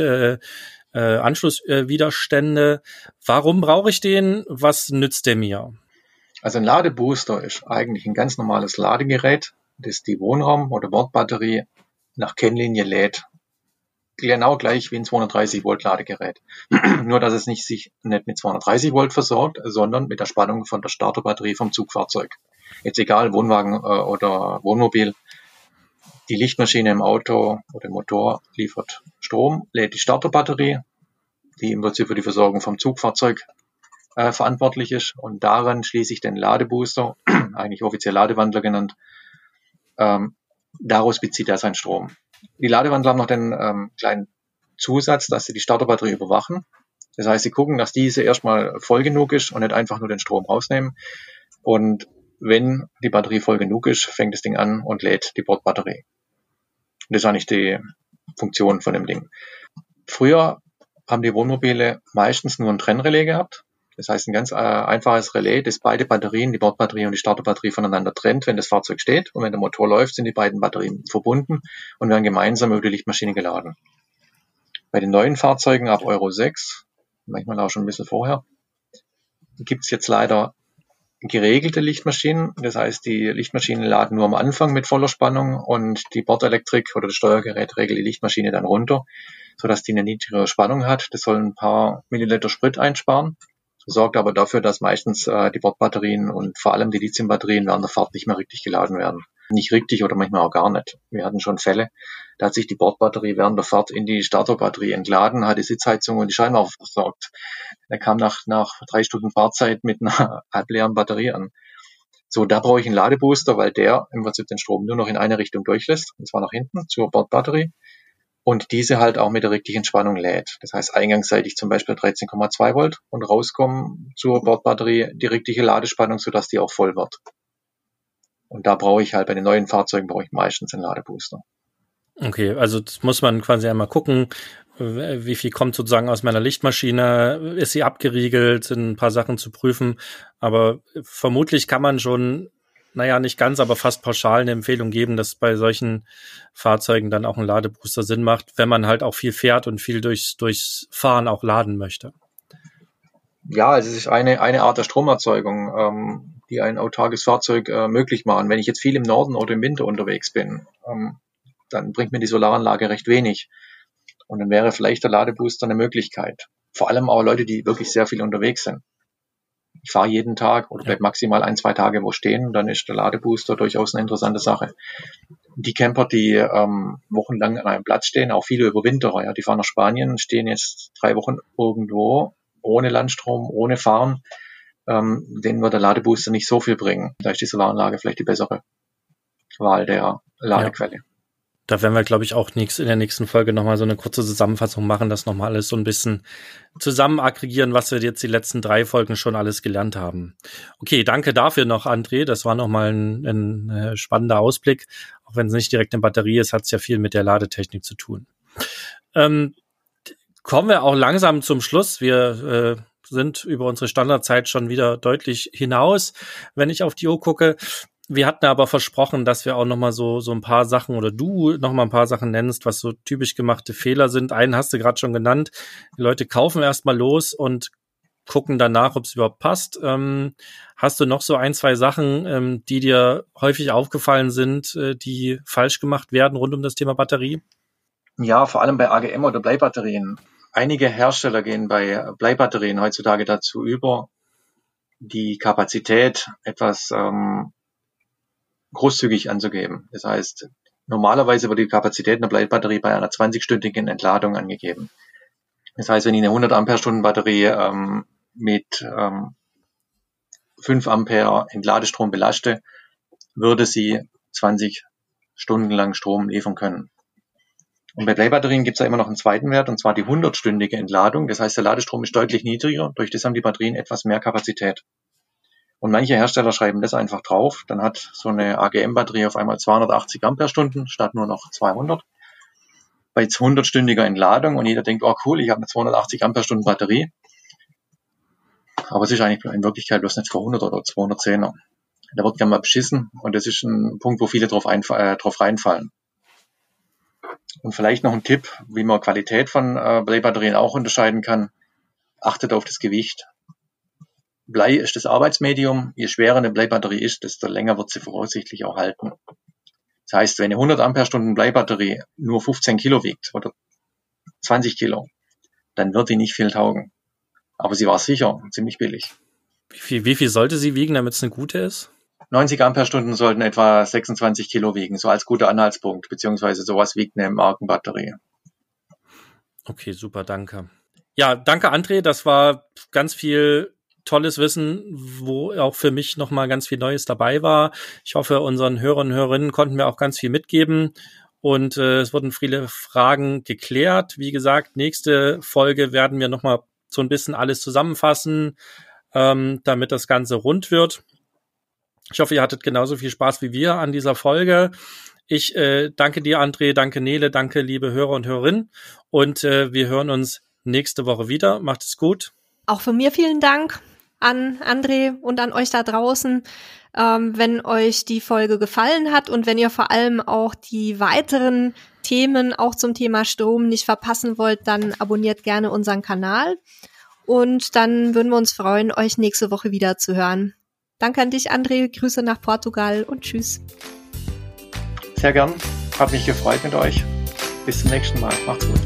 Anschlusswiderstände. Warum brauche ich den? Was nützt der mir? Also ein Ladebooster ist eigentlich ein ganz normales Ladegerät, das die Wohnraum- oder Bordbatterie nach Kennlinie lädt. Genau gleich wie ein 230 Volt Ladegerät. Nur, dass es sich nicht mit 230 Volt versorgt, sondern mit der Spannung von der Starterbatterie vom Zugfahrzeug. Jetzt egal, Wohnwagen oder Wohnmobil. Die Lichtmaschine im Auto oder im Motor liefert Strom, lädt die Starterbatterie, die im Prinzip für die Versorgung vom Zugfahrzeug verantwortlich ist. Und daran schließe ich den Ladebooster, eigentlich offiziell Ladewandler genannt, daraus bezieht er seinen Strom. Die Ladewandler haben noch den kleinen Zusatz, dass sie die Starterbatterie überwachen. Das heißt, sie gucken, dass diese erstmal voll genug ist und nicht einfach nur den Strom rausnehmen. Und wenn die Batterie voll genug ist, fängt das Ding an und lädt die Bordbatterie. Das ist eigentlich die Funktion von dem Ding. Früher haben die Wohnmobile meistens nur ein Trennrelais gehabt. Das heißt, ein ganz einfaches Relais, das beide Batterien, die Bordbatterie und die Starterbatterie voneinander trennt, wenn das Fahrzeug steht. Und wenn der Motor läuft, sind die beiden Batterien verbunden und werden gemeinsam über die Lichtmaschine geladen. Bei den neuen Fahrzeugen ab Euro 6, manchmal auch schon ein bisschen vorher, gibt es jetzt leider geregelte Lichtmaschinen. Das heißt, die Lichtmaschinen laden nur am Anfang mit voller Spannung und die Bordelektrik oder das Steuergerät regelt die Lichtmaschine dann runter, sodass die eine niedrigere Spannung hat. Das soll ein paar Milliliter Sprit einsparen. Sorgt aber dafür, dass meistens die Bordbatterien und vor allem die Lithiumbatterien während der Fahrt nicht mehr richtig geladen werden. Nicht richtig oder manchmal auch gar nicht. Wir hatten schon Fälle, da hat sich die Bordbatterie während der Fahrt in die Starterbatterie entladen, hat die Sitzheizung und die Scheinwerfer versorgt. Er kam nach 3 Stunden Fahrzeit mit einer halbleeren Batterie an. So, da brauche ich einen Ladebooster, weil der im Prinzip den Strom nur noch in eine Richtung durchlässt, und zwar nach hinten zur Bordbatterie. und diese halt auch mit der richtigen Spannung lädt. Das heißt, eingangsseitig zum Beispiel 13,2 Volt und rauskommen zur Bordbatterie die richtige Ladespannung, sodass die auch voll wird. Und da brauche ich halt bei den neuen Fahrzeugen meistens einen Ladebooster. Okay, also das muss man quasi einmal gucken, wie viel kommt sozusagen aus meiner Lichtmaschine, ist sie abgeriegelt, sind ein paar Sachen zu prüfen, aber vermutlich kann man schon, nicht ganz, aber fast pauschal eine Empfehlung geben, dass bei solchen Fahrzeugen dann auch ein Ladebooster Sinn macht, wenn man halt auch viel fährt und viel durchs Fahren auch laden möchte. Ja, also es ist eine Art der Stromerzeugung, die ein autarkes Fahrzeug möglich machen. Wenn ich jetzt viel im Norden oder im Winter unterwegs bin, dann bringt mir die Solaranlage recht wenig. Und dann wäre vielleicht der Ladebooster eine Möglichkeit. Vor allem auch Leute, die wirklich sehr viel unterwegs sind. Ich fahre jeden Tag oder bleib maximal 1-2 Tage wo stehen, dann ist der Ladebooster durchaus eine interessante Sache. Die Camper, die wochenlang an einem Platz stehen, auch viele Überwinterer, die fahren nach Spanien, stehen jetzt 3 Wochen irgendwo, ohne Landstrom, ohne Fahren, denen wird der Ladebooster nicht so viel bringen. Da ist die Solaranlage vielleicht die bessere Wahl der Ladequelle. Ja. Da werden wir, glaube ich, auch in der nächsten Folge nochmal so eine kurze Zusammenfassung machen, das nochmal alles so ein bisschen zusammen aggregieren, was wir jetzt die letzten 3 Folgen schon alles gelernt haben. Okay, danke dafür noch, André. Das war nochmal ein spannender Ausblick. Auch wenn es nicht direkt eine Batterie ist, hat es ja viel mit der Ladetechnik zu tun. Kommen wir auch langsam zum Schluss. Wir sind über unsere Standardzeit schon wieder deutlich hinaus, wenn ich auf die Uhr gucke. Wir hatten aber versprochen, dass wir auch nochmal so ein paar Sachen oder du nochmal ein paar Sachen nennst, was so typisch gemachte Fehler sind. Einen hast du gerade schon genannt. Die Leute kaufen erstmal los und gucken danach, ob es überhaupt passt. Hast du noch so 1-2 Sachen, die dir häufig aufgefallen sind, die falsch gemacht werden rund um das Thema Batterie? Ja, vor allem bei AGM oder Bleibatterien. Einige Hersteller gehen bei Bleibatterien heutzutage dazu über, die Kapazität etwas großzügig anzugeben. Das heißt, normalerweise wird die Kapazität einer Bleibatterie bei einer 20-stündigen Entladung angegeben. Das heißt, wenn ich eine 100 Ampere-Stunden Batterie mit 5 Ampere Entladestrom belaste, würde sie 20 Stunden lang Strom liefern können. Und bei Bleibatterien gibt es ja immer noch einen zweiten Wert, und zwar die 100-stündige Entladung. Das heißt, der Ladestrom ist deutlich niedriger, durch das haben die Batterien etwas mehr Kapazität. Und manche Hersteller schreiben das einfach drauf. Dann hat so eine AGM-Batterie auf einmal 280 Ampere-Stunden statt nur noch 200. Bei 100-stündiger Entladung und jeder denkt, oh cool, ich habe eine 280 Ampere-Stunden Batterie. Aber es ist eigentlich in Wirklichkeit bloß eine 200 oder 210er. Da wird gerne mal beschissen und das ist ein Punkt, wo viele drauf reinfallen. Und vielleicht noch ein Tipp, wie man Qualität von Bleibatterien auch unterscheiden kann. Achtet auf das Gewicht. Blei ist das Arbeitsmedium. Je schwerer eine Bleibatterie ist, desto länger wird sie voraussichtlich auch halten. Das heißt, wenn eine 100 Ampere-Stunden Bleibatterie nur 15 Kilo wiegt oder 20 Kilo, dann wird die nicht viel taugen. Aber sie war sicher ziemlich billig. Wie viel sollte sie wiegen, damit es eine gute ist? 90 Ampere-Stunden sollten etwa 26 Kilo wiegen, so als guter Anhaltspunkt, beziehungsweise sowas wiegt eine Markenbatterie. Okay, super, danke. Ja, danke, André. Das war ganz viel tolles Wissen, wo auch für mich nochmal ganz viel Neues dabei war. Ich hoffe, unseren Hörern und Hörerinnen konnten wir auch ganz viel mitgeben und es wurden viele Fragen geklärt. Wie gesagt, nächste Folge werden wir nochmal so ein bisschen alles zusammenfassen, damit das Ganze rund wird. Ich hoffe, ihr hattet genauso viel Spaß wie wir an dieser Folge. Ich danke dir, André, danke Nele, danke liebe Hörer und Hörerinnen und wir hören uns nächste Woche wieder. Macht es gut. Auch von mir vielen Dank an André und an euch da draußen. Wenn euch die Folge gefallen hat und wenn ihr vor allem auch die weiteren Themen auch zum Thema Strom nicht verpassen wollt, dann abonniert gerne unseren Kanal und dann würden wir uns freuen, euch nächste Woche wieder zu hören. Danke an dich, André. Grüße nach Portugal und tschüss. Sehr gern. Hat mich gefreut mit euch. Bis zum nächsten Mal. Macht's gut.